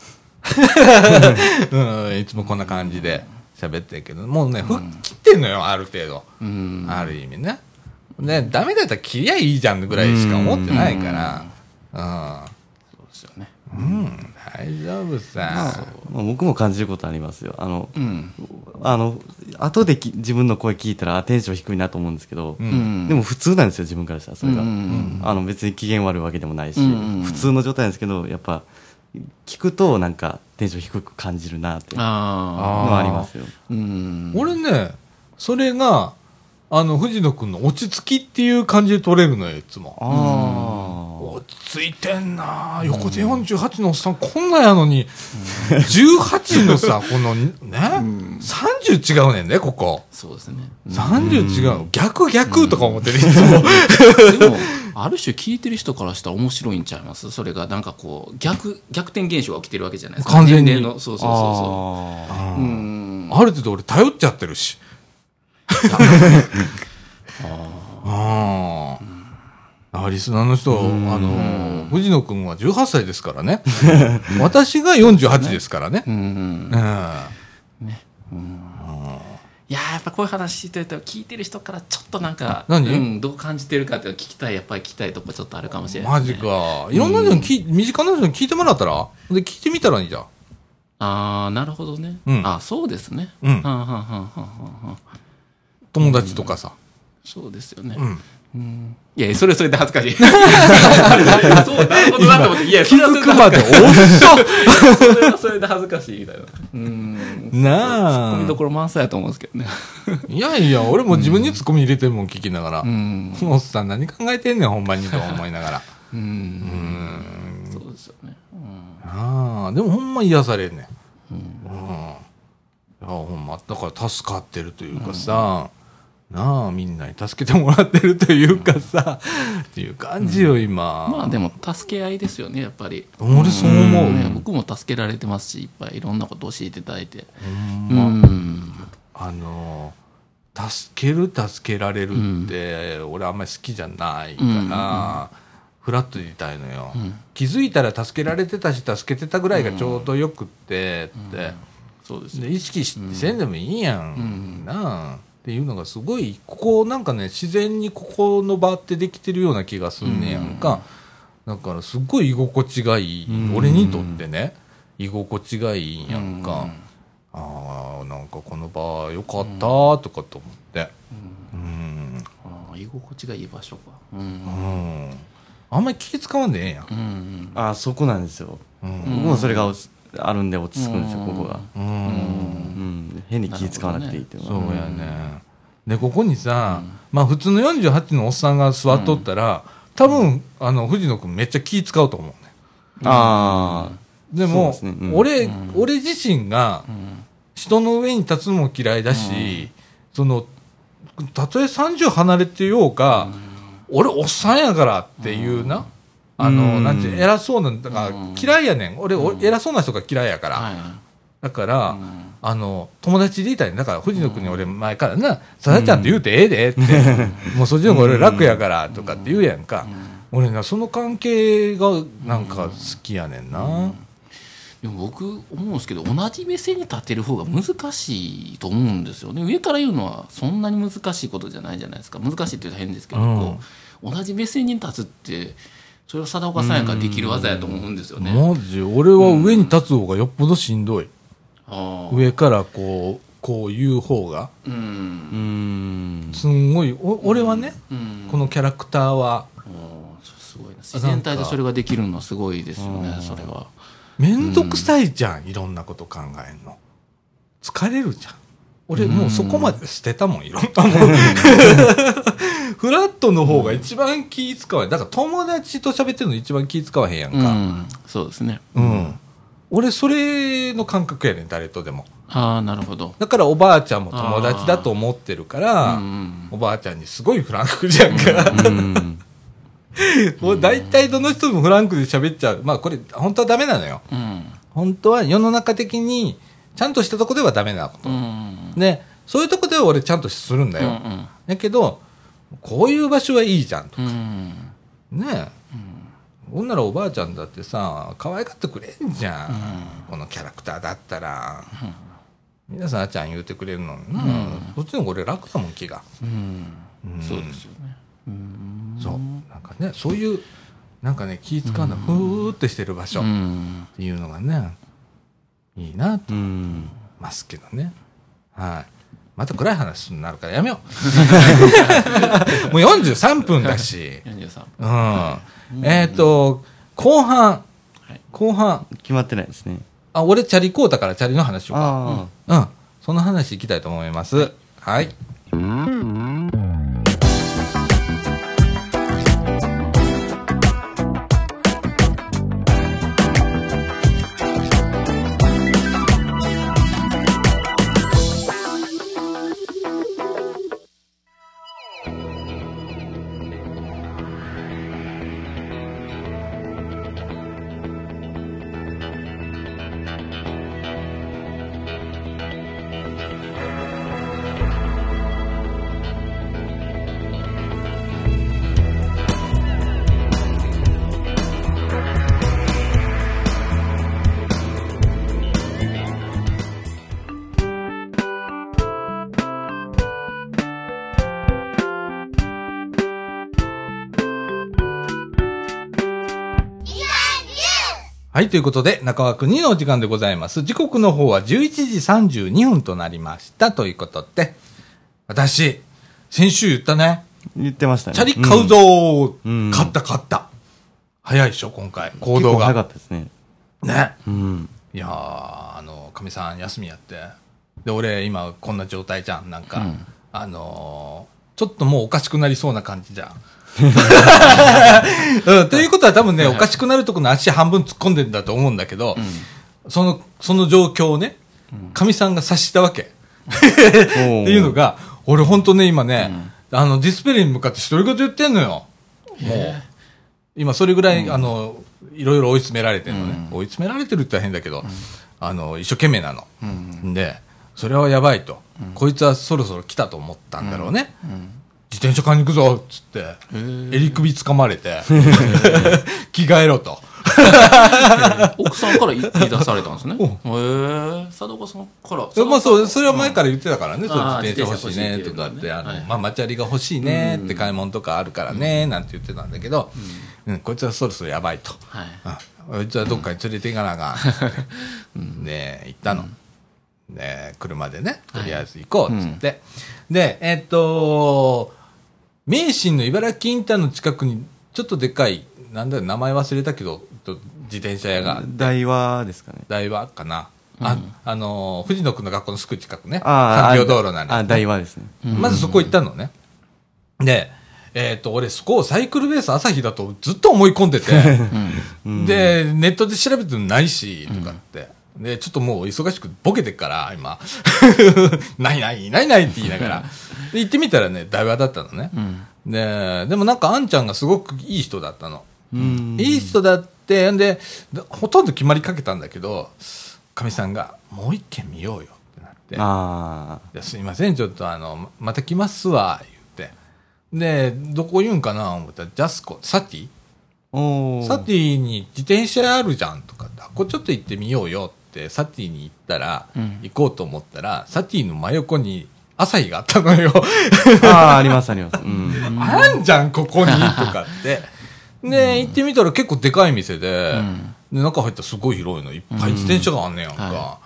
うん、いつもこんな感じで喋ってるけどもうね、うん、吹っ切ってんのよある程度、うん、ある意味ね。ねダメだったら切りゃいいじゃんぐらいしか思ってないから、うん、うん、 そうですよね。 うん、大丈夫さ、 まあ、まあ、僕も感じることありますよ。あの、うん、あの後でき自分の声聞いたらテンション低いなと思うんですけど、うん、でも普通なんですよ自分からしたらそれが、うん、あの別に機嫌悪いわけでもないし、うん、普通の状態なんですけどやっぱ聞くとなんかテンション低く感じるなっていうのはありますよ。 うん、俺ねそれがあの藤野くんの落ち着きっていう感じで取れるのよいつも。あ落ち着いてんな横でよんじゅうはちのおっさんこんなんやのに、うん、じゅうはちのさこのね、うん、さんじゅう違うねんねここ。 そうですね、 うん、さんじゅう違う、うん、逆逆とか思ってるいつもでもある種聞いてる人からしたら面白いんちゃいます。それがなんかこう逆逆転現象が起きてるわけじゃないですか完全に。 のそうそうそうそうあ、 うん、ある程度俺頼っちゃってるしああ、リスナーの人、あの藤野君はじゅうはっさいですからね私がよんじゅうはちですからね。うんうんねうん、いややっぱこういう話してると聞いてる人からちょっとなんか何、 うん、どう感じてるかって聞きたいやっぱり聞きたいとこちょっとあるかもしれない、 ね、マジか。いろんな人に聞、うん、身近な人に聞いてもらったらで聞いてみたらいいじゃん。 ああなるほどね、うん、あそうですね、うん、はんはんはんはんはん友達とかさ、 うん、そうですよね、 うんうん、いやそれはそれで恥ずかしいそうなるほどなと思っていや気づくまでおっそそれはそれで恥ずかしいみたいなうんなあツッコミどころ満載やと思うんですけどねいやいや俺も自分にツッコミ入れてるもん聞きながら、うん、このおっさん何考えてんねんほんまにと思いながらうんうんそうですよね、うん、 ああでもほんま癒されんねん、うんうん、いやほんまだから助かってるというかさ、うん、なあみんなに助けてもらってるというかさ、うん、っていう感じよ今、 うん、まあでも助け合いですよねやっぱり。 俺そう思う、 ね、僕も助けられてますしいっぱいいろんなこと教えていただいてほんま、うん、あの助ける助けられるって、うん、俺あんまり好きじゃないから、うんうんうんフラットでいたいのよ、うん、気づいたら助けられてたし助けてたぐらいがちょうどよくってって、うんうん、そうですね、で意識してせんでもいいやん、うん、なあっていうのがすごいここなんかね自然にここの場ってできてるような気がすんねやんか、うん、だからすごい居心地がいい、うん、俺にとってね居心地がいいんやんか、うん、ああなんかこの場よかったとかと思って、うんうん、 あ居心地がいい場所か、うんうんあんまり気使わんでええやん、うんうん、 あそこなんですよ、うん、僕もそれがあるんで落ち着くんですよ、うん、ここが、うんうん、変に気使わなくていいっていうのは、 ね、そうやね。でここにさ、うん、まあ普通のよんじゅうはちのおっさんが座っとったら、うん、多分あの藤野君めっちゃ気使うと思うね、 うん、ああでもで、ねうん、俺、うん、俺自身が人の上に立つのも嫌いだし、うん、そのたとえさんじゅう離れてようか、うん俺おっさんやからっていうな、うん、あの、うん、なんて偉そうなだから嫌いやねん俺、うん、偉そうな人が嫌いやから、はい、だから、うん、あの友達でいたいだから藤野君に俺前からなさだちゃんって言うてええでって、うん、もうそっちの方が俺楽やからとかって言うやんか、うん、俺なその関係がなんか好きやねんな、うんうんでも僕思うんですけど同じ目線に立てる方が難しいと思うんですよね。上から言うのはそんなに難しいことじゃないじゃないですか。難しいって言うと変ですけど、うん、こう同じ目線に立つってそれは貞岡さんやからできる技やと思うんですよね。 マジ俺は上に立つ方がよっぽどしんどい、うん、上からこうこう言う方がうんうんすんごいお俺はね、うん、このキャラクターはすごいな自然体でそれができるのはすごいですよね。それはめんどくさいじゃん、うん、いろんなこと考えんの疲れるじゃん。俺もうそこまで捨てたもんいろんなもんフラットの方が一番気使わへんだから友達と喋ってるの一番気使わへんやんか、うん、 そうですね、 うん、俺それの感覚やねん誰とでも。 ああなるほど。 だからおばあちゃんも友達だと思ってるから、うん、おばあちゃんにすごいフランクじゃんか、うんうんもう大体どの人もフランクで喋っちゃう。まあこれ本当はダメなのよ、うん、本当は世の中的にちゃんとしたとこではダメなこと、うん、でそういうとこでは俺ちゃんとするんだよ、うんうん、だけどこういう場所はいいじゃんとか、うん、ねえ、うん、ほんならおばあちゃんだってさ可愛がってくれんじゃん、うん、このキャラクターだったら、うん、皆さんあちゃん言うてくれるのに、うん、そっちの方が俺楽だもん気が、うんうん、そうですよね。 うんそうなんかねそういうなんかね気使うのふーってしてる場所っていうのがねいいなと思いますけどね。はいまた暗い話になるからやめよう。もうよんじゅうさんぷんだし。 よんじゅうさんぷん。 うん。えっと、後半。後半。 決まってないですね。 あ、俺チャリ買うたからチャリの話をか。 うん。うん。その話いきたいと思います。はい。はい、ということで、中枠にのお時間でございます。時刻の方はじゅういちじさんじゅうにふんとなりました。ということで、私、先週言ったね。 言ってましたね。 チャリ買うぞー、 うん、 買った買った。早いでしょ、今回。行動が。 早かったですね。 ね。 うん。 いやー、あの、かみさん休みやって。で、俺、今こんな状態じゃん。なんか、うん、あのー、ちょっともうおかしくなりそうな感じじゃん。うん、ということは多分ね、おかしくなるところの足半分突っ込んでんだと思うんだけど、うん、その、その状況をね、かみさんが察したわけ。っていうのが、俺ほんとね、今ね、うん、あの、ディスプレイに向かって一人言言ってんのよ。もう。今それぐらい、うん、あの、いろいろ追い詰められてるのね。うん、追い詰められてるって大変だけど、うん、あの、一生懸命なの。うん、で、それはやばいと、うん。こいつはそろそろ来たと思ったんだろうね。うんうん自転車買いに行くぞっつって襟首掴まれて着替えろと奥さんから言い出されたんですね。へえ、佐渡さんから。 まあそう、それは前から言ってたからね。そう自転車欲しいねとかってあのまあマチャリが欲しいねって買い物とかあるからねなんて言ってたんだけど、うんこいつはそろそろやばいと。こいつはどっかに連れて行かなあかん。で行ったの。で車でねとりあえず行こうっつってでえっと。名神の茨城インターの近くにちょっとでかいなんだろ名前忘れたけど自転車屋が大和ですかね大和かな、うん、ああのー、藤野君の学校のすぐ近くね産業道路なんで、ね、 あ大和ですねまずそこ行ったのねでえっ、ー、と俺そこをサイクルベース朝日だとずっと思い込んでて、うん、でネットで調べてもないしとかって、うん、でちょっともう忙しくボケてっから今ないないないないって言いながらで行ってみたらね大和だったのね、うん、ででもなんかあんちゃんがすごくいい人だったの、うん、いい人だってでほとんど決まりかけたんだけどかみさんがもう一軒見ようよってなってあですいませんちょっとあのまた来ますわ言ってでどこ言うんかな思ったらジャスコサティおサティに自転車あるじゃんとかこれちょっと行ってみようよってサティに行ったら、うん、行こうと思ったらサティの真横に朝日があったのよああありますあります、うん、 あんじゃんここにとかってで、うん、行ってみたら結構でかい店で、うん、で中入ったらすごい広いのいっぱい自転車があんねやんか、うんはい、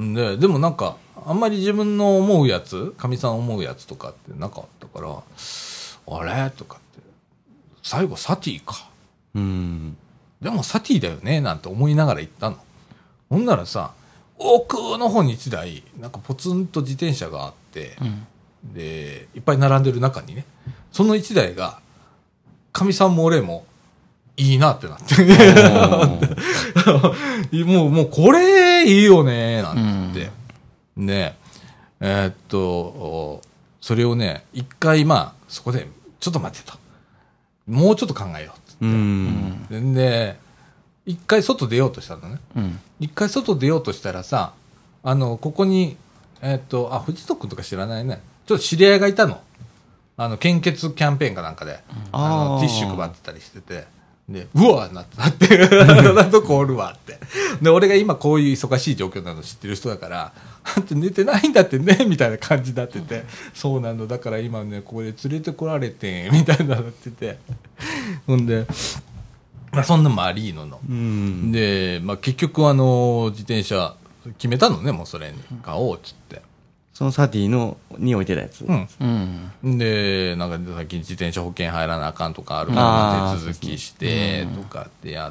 ででもなんかあんまり自分の思うやつかみさん思うやつとかってなかったからあれとかって最後サティかうんでもサティだよねなんて思いながら行ったのほんならさ奥の方にいちだいなんかポツンと自転車があって、うん、でいっぱい並んでる中にねそのいちだいがかみさんも俺もいいなってなってもうもうこれいいよねなんて、うん、でえー、っとそれをね一回まあそこでちょっと待ってともうちょっと考えようっつって、うん、で一回外出ようとしたのね、うん、一回外出ようとしたらさあのここにえー、っとあ藤戸君とか知らないねちょっと知り合いがいたのあの献血キャンペーンかなんかで、うん、あのティッシュ配ってたりしててでうわーなってなってなとこおるわってで俺が今こういう忙しい状況なの知ってる人だからあんた寝てないんだってねみたいな感じになってて、うん、そうなのだから今ねここで連れてこられてみたいなのっててほんでまあそんなもありのの、うん、で、まあ、結局あの自転車決めたのねもうそれに買おうっつってそのサティのに置いてたやつ。 うん。で、なんかさっき自転車保険入らなあかんとかあるから手続きしてとかってやって、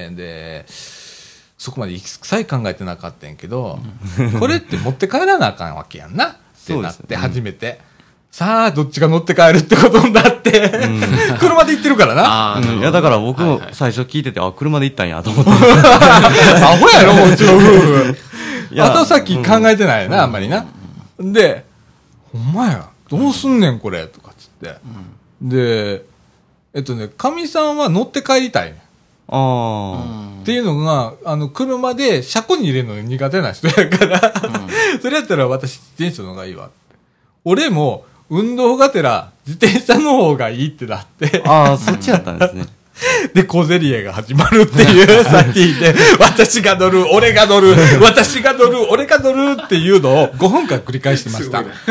で、そこまで一切考えてなかったんやけど、これって持って帰らなあかんわけやんなってなって初めて。さあ、どっちが乗って帰るってことになって、車で行ってるからな。 いや、だから僕も最初聞いてて、あ、車で行ったんやと思って。 アホやろ、もちろん夫婦。後先考えてないな、あんまりな。で、ほんまや、どうすんねん、これ、とかっつって。で、えっとね、かみさんは乗って帰りたい。ああ。っていうのが、あの、車で車庫に入れるの苦手な人やから、それやったら私自転車の方がいいわ。俺も、運動がてら自転車の方がいいってなって。 ああ、そっちやったんですね。 で、小競り合いが始まるっていう、さっき言って、私が乗る、俺が乗る、私が乗る、俺が乗るっていうのをごふんかん繰り返してました。面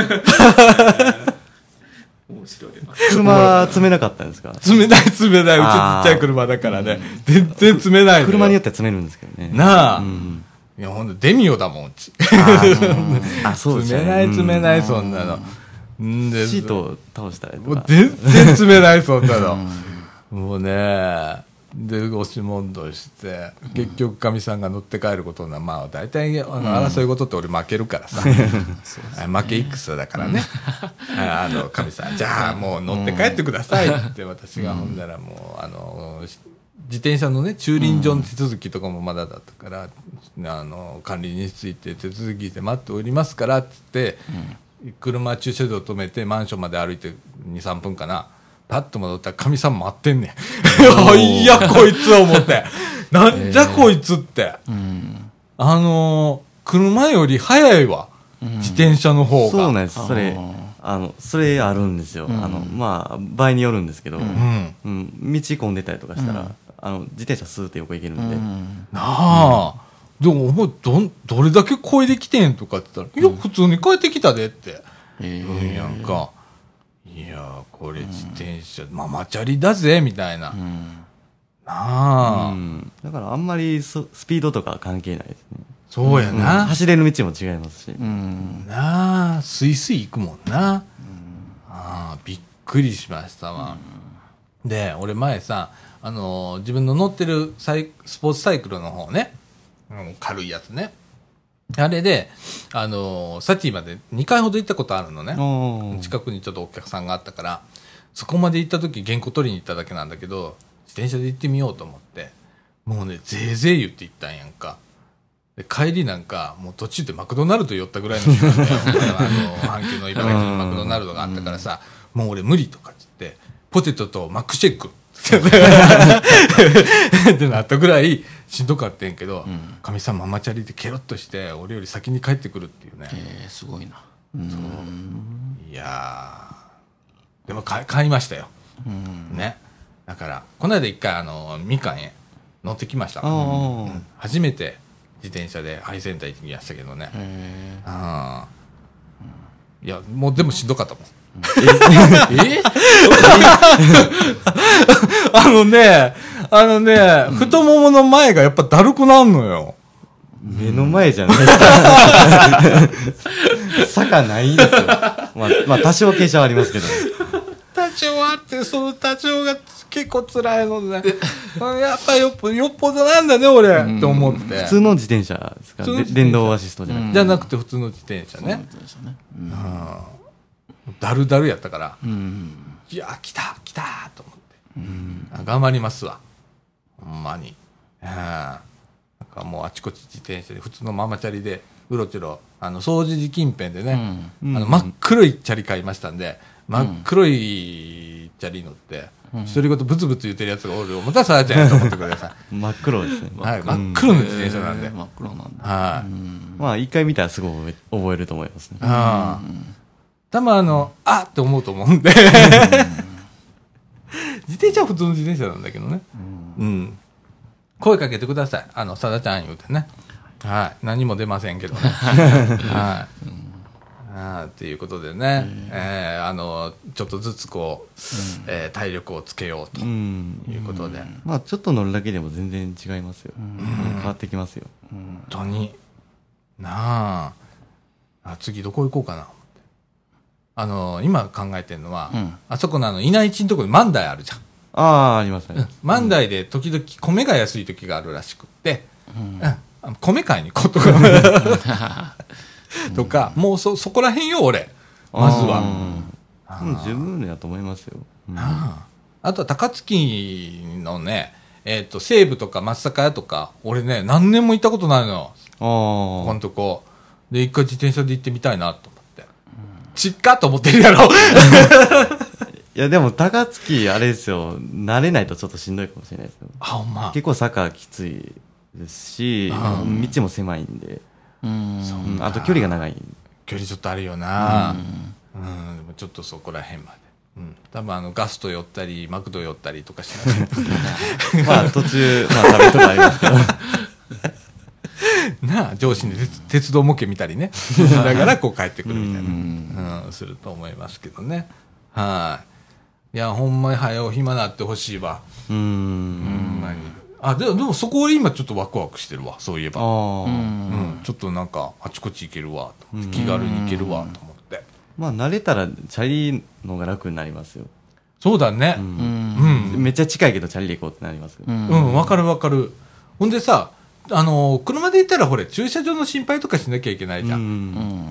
白い。車、積めなかったんですか？ 積めない、積めない。うちちっちゃい車だからね。全然積めない。 車によっては積めるんですけどね。 なあ。いや、ほんと、デミオだもん、うち。 あ、そうですね。 積めない、積めない、そんなの。 んで、シートを倒したらもう全然積めない、そんなの。もうね、で、押し問答して、結局、かみさんが乗って帰ることな、まあ、大体、あの、争い事って俺負けるからさ。負け戦だからね。あの、かみさん、じゃあもう乗って帰ってくださいって私がほんだらもう、あの、自転車のね、駐輪場の手続きとかもまだだったから、あの、管理について手続きで待っておりますから、って言って、車駐車場止めてマンションまで歩いてに、さんぷんかな。パッと戻ったらかみさん待ってんねん。いや、こいつ思って。なんじゃこいつって。えーうん、あのー、車より早いわ。うん、自転車の方が。 そうなんです。それ、あの、それあるんですよ。うん、あの、まあ、場合によるんですけど、うんうん、道混んでたりとかしたら、うん、あの、自転車スーって横行けるんで。うん、 なあ。でも、お前、ど、どれだけ声で来てんとかって言ったら、いや、普通に帰ってきたでって。言うんやんか。いやー、これ自転車、ママチャリだぜ、みたいな。なあ。 だからあんまりスピードとか関係ないですね。 そうやな。 走れる道も違いますし。 なあ、スイスイ行くもんな。ああ、びっくりしましたわ。で、俺前さ、あのー、自分の乗ってるサイスポーツサイクルの方ね、うん、軽いやつね。あれで、あのー、サティまでにかいほど行ったことあるのね。近くにちょっとお客さんがあったから、そこまで行った時原稿取りに行っただけなんだけど、自転車で行ってみようと思って、もうね、ぜいぜい言って行ったんやんか。で帰りなんか、もう途中でマクドナルド寄ったぐらいの時間で、あの、阪急の茨城にマクドナルドがあったからさ、もう俺無理とかって言って、ポテトとマックシェイクってなったぐらいしんどかったんやけど、かみ、うん、さんママチャリでケロッとして俺より先に帰ってくるっていうね。 えー、すごいな。そういやーでも買いましたよ。ね。だからこの間一回あのみかんへ乗ってきました。うん、初めて自転車でハイセンター行ってきましたけどね。あいやもうでもしんどかったもん。ええあのね、あのね、うん、太ももの前がやっぱだるくなるのよ。 目の前じゃない坂ないですよ。まあ、まあ、多少傾斜はありますけど。 多少あって、その多少が結構辛いので、ね、やっぱよっぽど、よっぽどなんだね、俺、うん、って思って。 普通の自転車ですか？電動アシストじゃなくて。 じゃなくて普通の自転車ね。うんだるだるやったから、うん、いや来た来たと思って、うん、頑張りますわほんまに、えー、なんかもうあちこち自転車で普通のママチャリでうろちょろあの掃除時近辺でね、うん、あの真っ黒いチャリ買いましたんで、うん、真っ黒いチャリ乗って独り言ブツブツ言ってるやつがおる思ったらさあちゃんやと思ってください真っ黒ですね、 はい、真っ黒の自転車なんで、 えー、真っ黒なんだ、 はい、うん、まあ一回見たらすごい覚えると思いますね。 あーたまあの、あって思うと思うんで。自転車は普通の自転車なんだけどね。うん。うん、声かけてください。あの、さだちゃん言うてね。はい。何も出ませんけどね。はい。うん、あっていうことでね、えー、あの、ちょっとずつこう、えー、体力をつけようということで。 まあちょっと乗るだけでも全然違いますよ。変わってきますよ。 本当に。なあ。 あ、次どこ行こうかな。あの、今考えてるのは、うん、あそこのあの、稲市のところに万代あるじゃん。 ああ、ありますね。うん、 万代で時々米が安い時があるらしくって、うんうん、米買いに行こうとか。とか、もうそ、そこら辺よ、俺。まずは。 うん、十分やと思いますよ。うん、あ, あとは高槻のね、えっ、ー、と、西武とか松坂屋とか、俺ね、何年も行ったことないのよ。ここのとこ。で、一回自転車で行ってみたいなと思って。ちっかと思ってるやろ。いや、でも高槻、あれですよ、慣れないとちょっとしんどいかもしれないですよ。 あ、ほんま。 結構坂きついですし、道も狭いんで。うん、あと距離が長い。 距離ちょっとあるよな。うん、うん、でもちょっとそこら辺まで。うん、多分あのガスト寄ったりマクド寄ったりとかしながらまあ途中、まあ、食べとかありますけどなあ上司に鉄道模型見たりねだからこう帰ってくるみたいな、うんうん、すると思いますけどね。はい、いやほんまに早お暇なってほしいわ。うん、ほんまに。あ、でも、でもそこ俺今ちょっとワクワクしてるわ、そういえば。あ、うん、ちょっとなんかあちこち行けるわと、気軽に行けるわと思って。 まあ慣れたらチャリのが楽になりますよ。 そうだね。うん。うん、めっちゃ近いけどチャリで行こうってなりますよ。 うん、わかるわかる。ほんでさ、あのー、車で行ったらほれ、駐車場の心配とかしなきゃいけないじゃん。うん、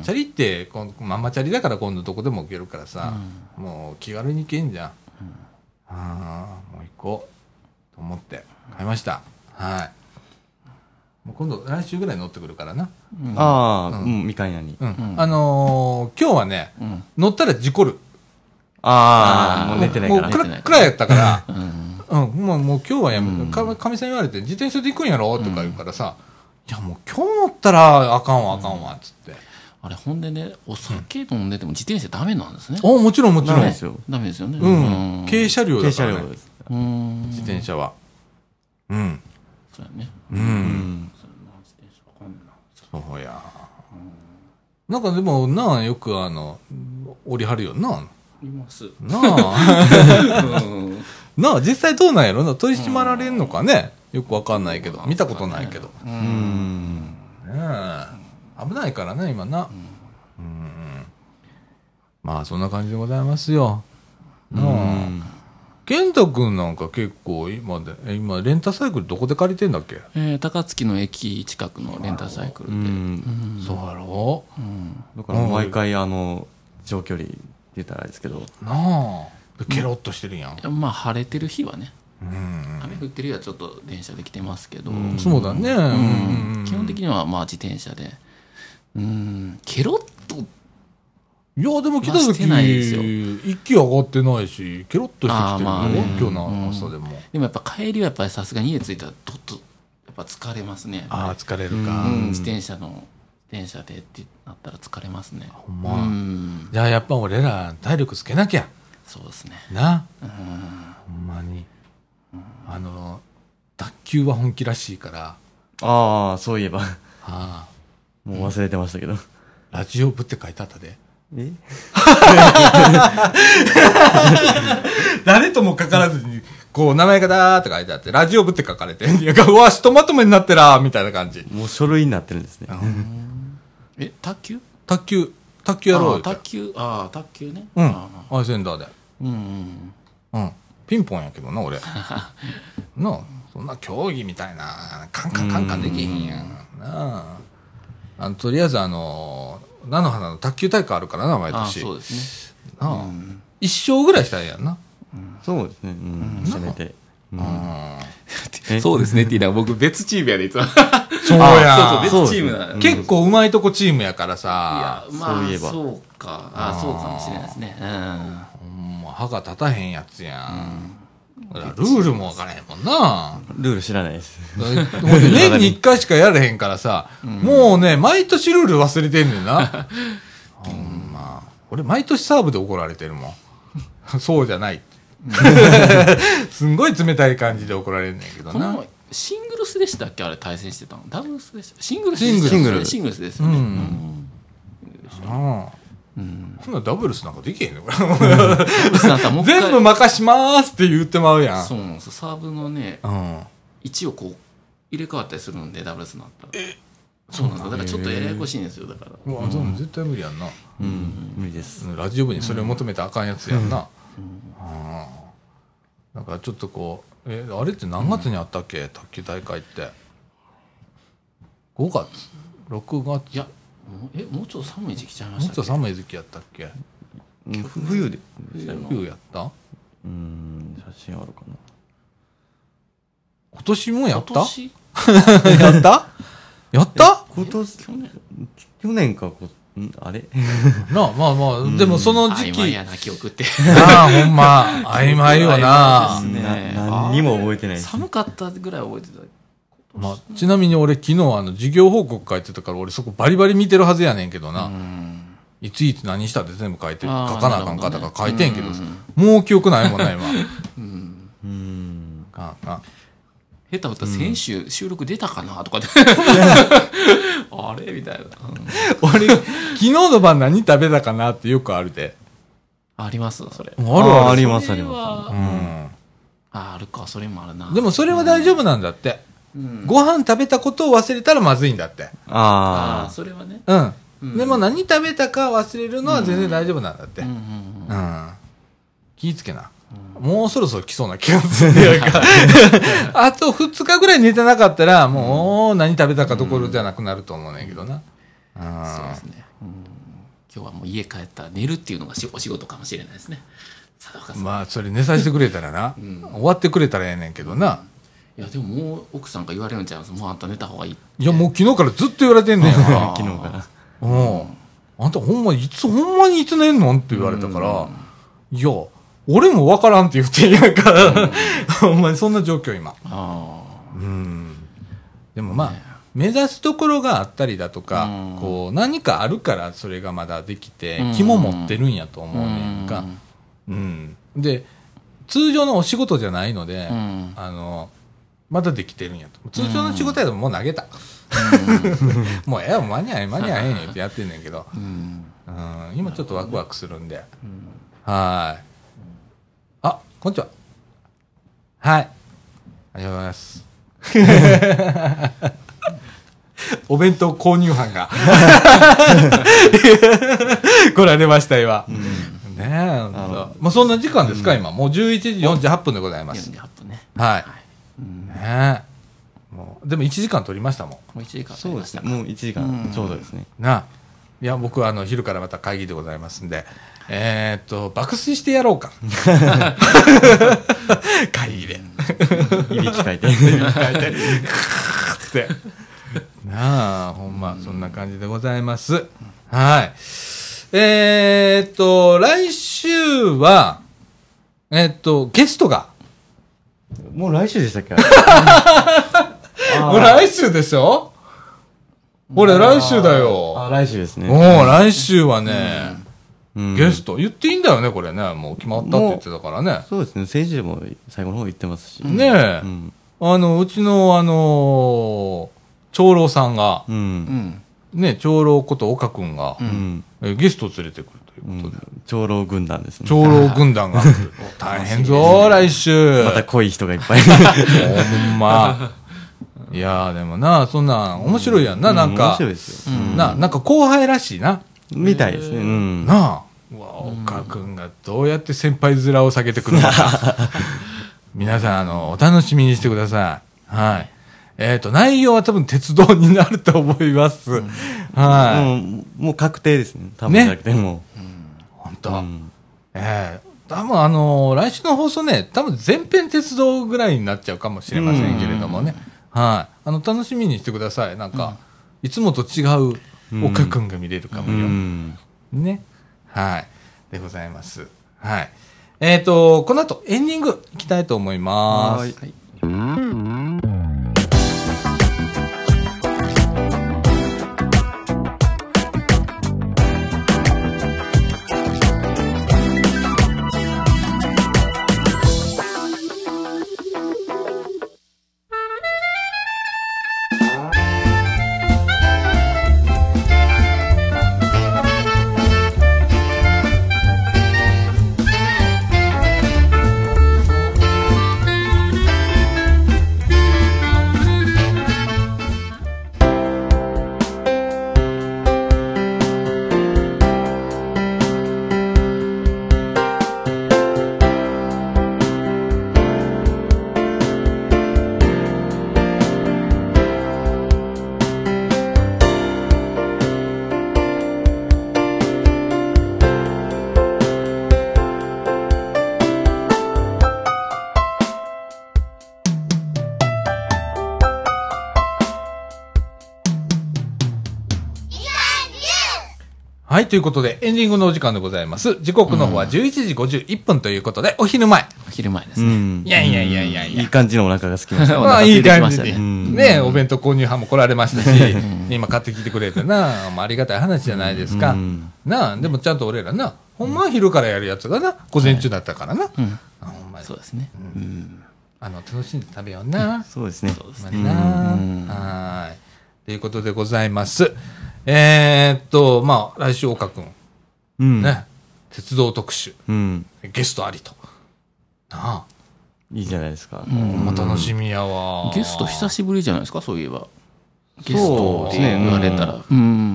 チャリって、このママチャリだから今度どこでも行けるからさ、うん、もう気軽に行けんじゃん。うん、ああ、もう行こうと思って買いました。はい。もう今度来週ぐらい乗ってくるからな。 うん、ああ、うん、みかん屋に。 うん。あのー、今日はね、うん、乗ったら事故る。 ああ、もう寝てないから。 もうくら、くらいやったから、うん、うん、もう、もう今日はやめ、うん、かみさん言われて、自転車で行くんやろとか言うからさ、うん、いやもう今日乗ったらあかんわ、あかんわ、つって。 あれ、ほんでね、お酒飲んでても自転車ダメなんですね。 あ、もちろんもちろん。 ダメですよ。ダメですよね。 うん。軽車両だからね。 軽車両です。 自転車は。うん。 そうやね。 うん。そうや。なんかでも、なあ、よくあの、降りはるよな。 います。 なあ。なあ、実際どうなんやろな。取り締まられんのかね。よくわかんないけど。見たことないけど。うん。ねえ。危ないからね、今な。うん。まあ、そんな感じでございますよ。なあ。健太くんなんか結構今で、今、レンタサイクルどこで借りてんだっけ？ えー、高槻の駅近くのレンタサイクルで。うん、 そうやろ？ うん。だから毎回、あの、長距離って言ったらあれですけど。 なあ。ケロッとしてるやん。 いや、まあ、晴れてる日はね。うん。雨降ってる日はちょっと電車で来てますけど。うん、 そうだね。うん。 基本的には、まあ、自転車で。うん。ケロッと。 いや、でも来た時、息上がってないし、ケロッとしてきてるよ、まあね、今日の朝でも。 でもやっぱ帰りはやっぱりさすがに家着いたら、どっと、やっぱ疲れますね。 ああ、疲れるか。 うん、自転車の、自転車でってなったら疲れますね。 ほんま。うん、じゃあやっぱ俺ら体力つけなきゃ。 そうですね。 な。うん。ほんまに。あの、卓球は本気らしいから。 ああ、そういえば。はあ。もう忘れてましたけど。 ラジオ部って書いてあったで。え誰とも書からずに、こう、名前がだーって書いてあって、ラジオ部って書かれて、いや、うわ、ひとまとめになってらー、みたいな感じ。 もう書類になってるんですね。 え、卓球卓球、卓球やろうよ。 卓球、ああ、卓球ね。 うん。アイセンダーで。うんうんうん。うん。ピンポンやけどな、俺。なあ、そんな競技みたいな、カンカンカンカンできへんやん。なあ。あの、とりあえずあのー、菜の花の卓球大会あるからな、毎年。 あ、そうですね。 なあ、うん、一勝ぐらいしたいやんな。 うん、そうですね。うん。せめて。 うん、そうですねって言いながら僕別チームやで、いつも。 そうや。 そうそう、別チームな、 うん。結構うまいとこチームやからさ。 いや、まあ、そういえば。そうか。ああ、そうかもしれないですね。うん。 ほんま、歯が立たへんやつやん。うん、ルールもわからへんもんな。 ルール知らないです。 年に一回しかやれへんからさ、うん、もうね、毎年ルール忘れてんねんな。ほんま。俺、毎年サーブで怒られてるもん。そうじゃない。すんごい冷たい感じで怒られんねんけどな。 シングルスでしたっけあれ対戦してたの。ダブルスでしたシングルスシングルス。シングルスですよね。うん。 うん、そんなダブルスなんかできへんのかな。全部任しますって言ってまうやん。 そうなんです。サーブのね、うん、位置をこう入れ替わったりするんでダブルスになったら。え、 そうなんだ。だからちょっとややこしいんですよ。だから。 うわ、でも絶対無理やんな。 うん、無理です。 ラジオ部にそれを求めてあかんやつやんな。だからちょっとこう、え、あれって何月にあったっけ、卓球大会って。ごがつ、ろくがつ。 いや、え、もうちょっと寒い時期ちゃいましたっけ。 もうちょっと寒い時期やったっけ。 冬で。 冬やった。 うん、写真あるかな。 今年もやった。 今年やったやった今年、去年去年か、あれなあ、まあまあ、でもその時期。 曖昧やな、記憶って。 なあ、ほんま、曖昧よな。 何にも覚えてない。 寒かったぐらい覚えてた。 まあ、ちなみに俺昨日あの授業報告書いてたから俺そこバリバリ見てるはずやねんけどな。いついつ何したって全部書いて、書かなあかんかとか書いてんけど、もう記憶ないもんな、今。うん。うん。かか。 下手打ったら先週収録出たかなとかで。あれみたいな。 俺、昨日の晩何食べたかなってよくあるで。 ありますそれ。 あるある。 ありますあります。うん。 あ、あるか、それもあるな。 でもそれは大丈夫なんだって。ご飯食べたことを忘れたらまずいんだって。 ああ、それはね。 うん。でも何食べたか忘れるのは全然大丈夫なんだって。うん。気ぃつけな。もうそろそろ来そうな気がするやんか。あとふつかぐらい寝てなかったら、もう何食べたかどころじゃなくなると思うねんけどな。 そうですね。今日はもう家帰ったら寝るっていうのがお仕事かもしれないですね。 まあ、それ寝させてくれたらな。終わってくれたらええねんけどな。 いや、でももう奥さんが言われるんちゃいます。もうあんた寝た方がいい。 いや、もう昨日からずっと言われてんねん。昨日から。 うん。あんたほんま、いつ、ほんまにいつ寝んのって言われたから、いや、俺もわからんって言ってんやんか。ほんまにそんな状況今。うん。でもまあ、目指すところがあったりだとか、こう、何かあるからそれがまだできて、気も持ってるんやと思うねんか。うん。で、通常のお仕事じゃないので、あの、まだできてるんやと。通常の仕事やともう投げた。もうええよ、間に合え、間に合えへんよってやってんねんけど、うん、今ちょっとワクワクするんで。はい。あ、こんにちは。はい。ありがとうございます。お弁当購入班が来られました今。うん、ねえ、まあそんな時間ですか、うん、今もうじゅういちじよんじゅうはっぷんでございます。よんじゅうはっぷんね。はい。はい、うん、ねえ。もうでもいちじかん取りましたもん。もういちじかん。 そうですね。もういちじかんちょうどですね。 なあ。いや僕はあの昼からまた会議でございますんで、えー、っと爆睡してやろうか。会議で。 いびきかいて。 いびきかいて。って。なあ、ほんま、そんな感じでございます。はい。えー、っと、来週は、えー、っと、ゲストが。 もう来週でしたっけ？ もう来週でしょ？俺、来週だよ。 あ、来週ですね。 おー、来週はね、うん、ゲスト。言っていいんだよね、これね。もう決まったって言ってたからね。 そうですね。先週も最後の方言ってますし。 ねえ。うん、あの、うちの、あのー、長老さんが、うん、ね、長老こと岡くんが、うん、えゲストを連れてくるということで、うん、 長老軍団ですね。 長老軍団が来る。大変ぞ、来週。 また濃い人がいっぱい。 ほんま。いやーでもな、そんな面白いやんな、うん、なんか。 面白いですよ。 な、なんか後輩らしいな。 みたいですね。うん、 なあ。うわ、岡くんがどうやって先輩面を下げてくるのか。皆さん、あの、お楽しみにしてください。はい。えっと、内容は多分鉄道になると思います。うん、はい、 もう。もう確定ですね。多分じゃなくても。 本当。うん、ええー、多分あのー、来週の放送ね、多分全編鉄道ぐらいになっちゃうかもしれませんけれどもね。はい。あの、楽しみにしてください。なんか、うん、いつもと違う岡くんが見れるかもよ。うん、ね。はい。でございます。はい。えっと、この後エンディングいきたいと思います。はい。 はい、ということで、エンディングのお時間でございます。時刻の方はじゅういちじごじゅういっぷんということで、お昼前。 お昼前ですね。 いやいやいやいやいや。 いい感じのお腹が空きました。 まあ、いい感じで。ね、お弁当購入派も来られましたし、今買ってきてくれてな、ありがたい話じゃないですか。なあ、でもちゃんと俺らな、ほんまは昼からやるやつがな、午前中だったからな。ほんまに。そうですね。 あの、楽しんで食べような。 そうですね。 そうですね。はい。ということでございます。えー、っと、まあ、来週岡くん。うん。ね。鉄道特集。うん。ゲストありと。なあ。 いいじゃないですか。 うん。まあ、楽しみやわ。 ゲスト久しぶりじゃないですか、そういえば。ゲストで言われたら。うん。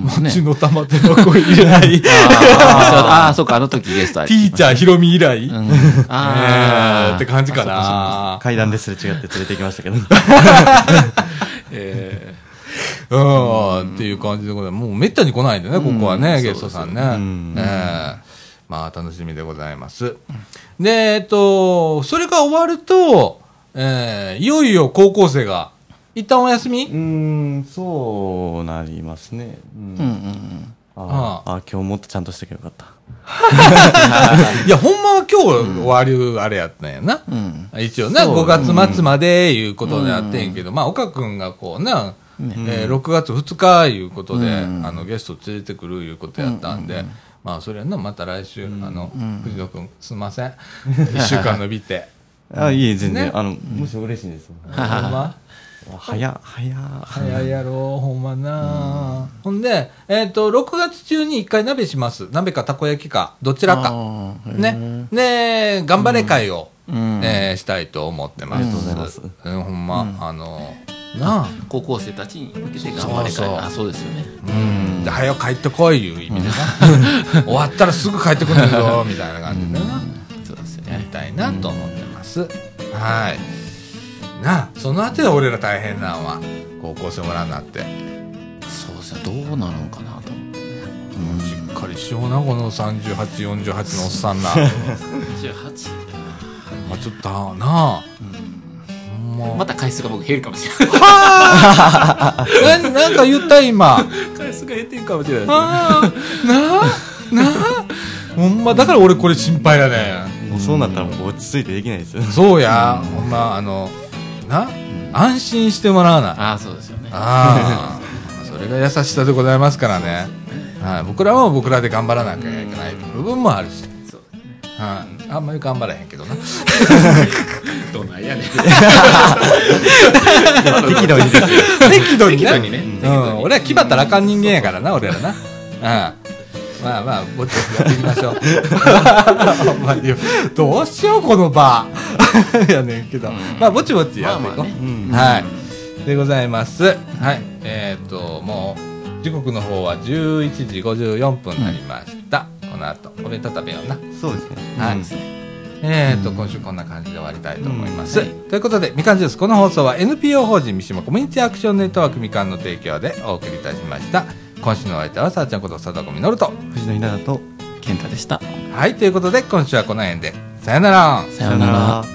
町の玉手の子以来。 ああ、そうか、あの時ゲストあり。ティーチャーひろみ以来。ああ。 って感じかな。 階段ですれ違って連れて行きましたけど。 ええ。うん、っていう感じでございます。もうめったに来ないんでね、ここはね、ゲストさんね。ええ。まあ、楽しみでございます。で、えっと、それが終わると、ええ、いよいよ高校生が、一旦お休み？ うん、そうなりますね。うん。うんうん、ああ、今日もっとちゃんとしてけばよかった。 いや、ほんまは今日終わるあれやったんやな。うん、一応な、ごがつ末までいうことでやってんけど、まあ、岡くんがこうな、えー、ろくがつふつかいうことで、うん、あのゲスト連れてくるいうことやったんで、うんうんうん、まあそれはなまた来週、うん、あの、うん、藤野くんすみませんいっしゅうかん伸びてあいえ全然、ね、あのむしろ嬉しいですほんま早早早やろうほんまな、うん、ほんで、えー、とろくがつ中にいっかい鍋します。鍋かたこ焼きかどちらかねで頑張れ会を、うんえー、したいと思ってます。ありがとうございます、うん、ほんま、うん、あのなあ高校生たちに向けて頑張れ会あそうですよねうんで早く帰ってこいいう意味でな、うん、終わったらすぐ帰ってくるんだぞみたいな感じでな、うん、そうですよねやりたいなと思ってます、うん、はいなあそのあたりは俺ら大変なのは高校生もらうなってそうですねどうなるのかなと思ってね、 うん、しっかりしようなこのさんじゅうはち、よんじゅうはちのおっさんなじゅうはちまあちょっとなあ、うんまた回数が僕減るかもしれない。 はあな、なんか言った今。 回数が減ってるかもしれない。 はあなあ、なあ。ほんま、だから俺これ心配やね。 もうそうなったらもう落ち着いてできないですよ。 そうや、ほんま、あの、な、安心してもらわない。 ああ、そうですよね。 ああ、それが優しさでございますからね。はい、僕らは僕らで頑張らなきゃいけない部分もあるし。はい、あんまり頑張らへんけどな。 どないやねん。 適度にですよ。 適度にね。にねうん、俺は気張ったらあかん人間やからな、俺らな。ああまあまあ、ぼちぼちやっていきましょう。どうしよう、この場。やねんけど。うん、まあ、ぼちぼちやっていこう。まあまあねうん、はい。でございます。はい。えっ、ー、と、もう、時刻の方はじゅういちじごじゅうよんぷんになりました。うん、この後、お弁当食べような。 そうですね。 はい。うんえーと、今週こんな感じで終わりたいと思います。うんはい、ということで、みかんジュース、この放送は エヌピーオー 法人三島コミュニティアクションネットワークみかんの提供でお送りいたしました。今週のお相手は、さあちゃんこと貞子みのると、 藤野稲田と、 健太でした。 はい、ということで、今週はこの辺で、さよなら。 さよなら。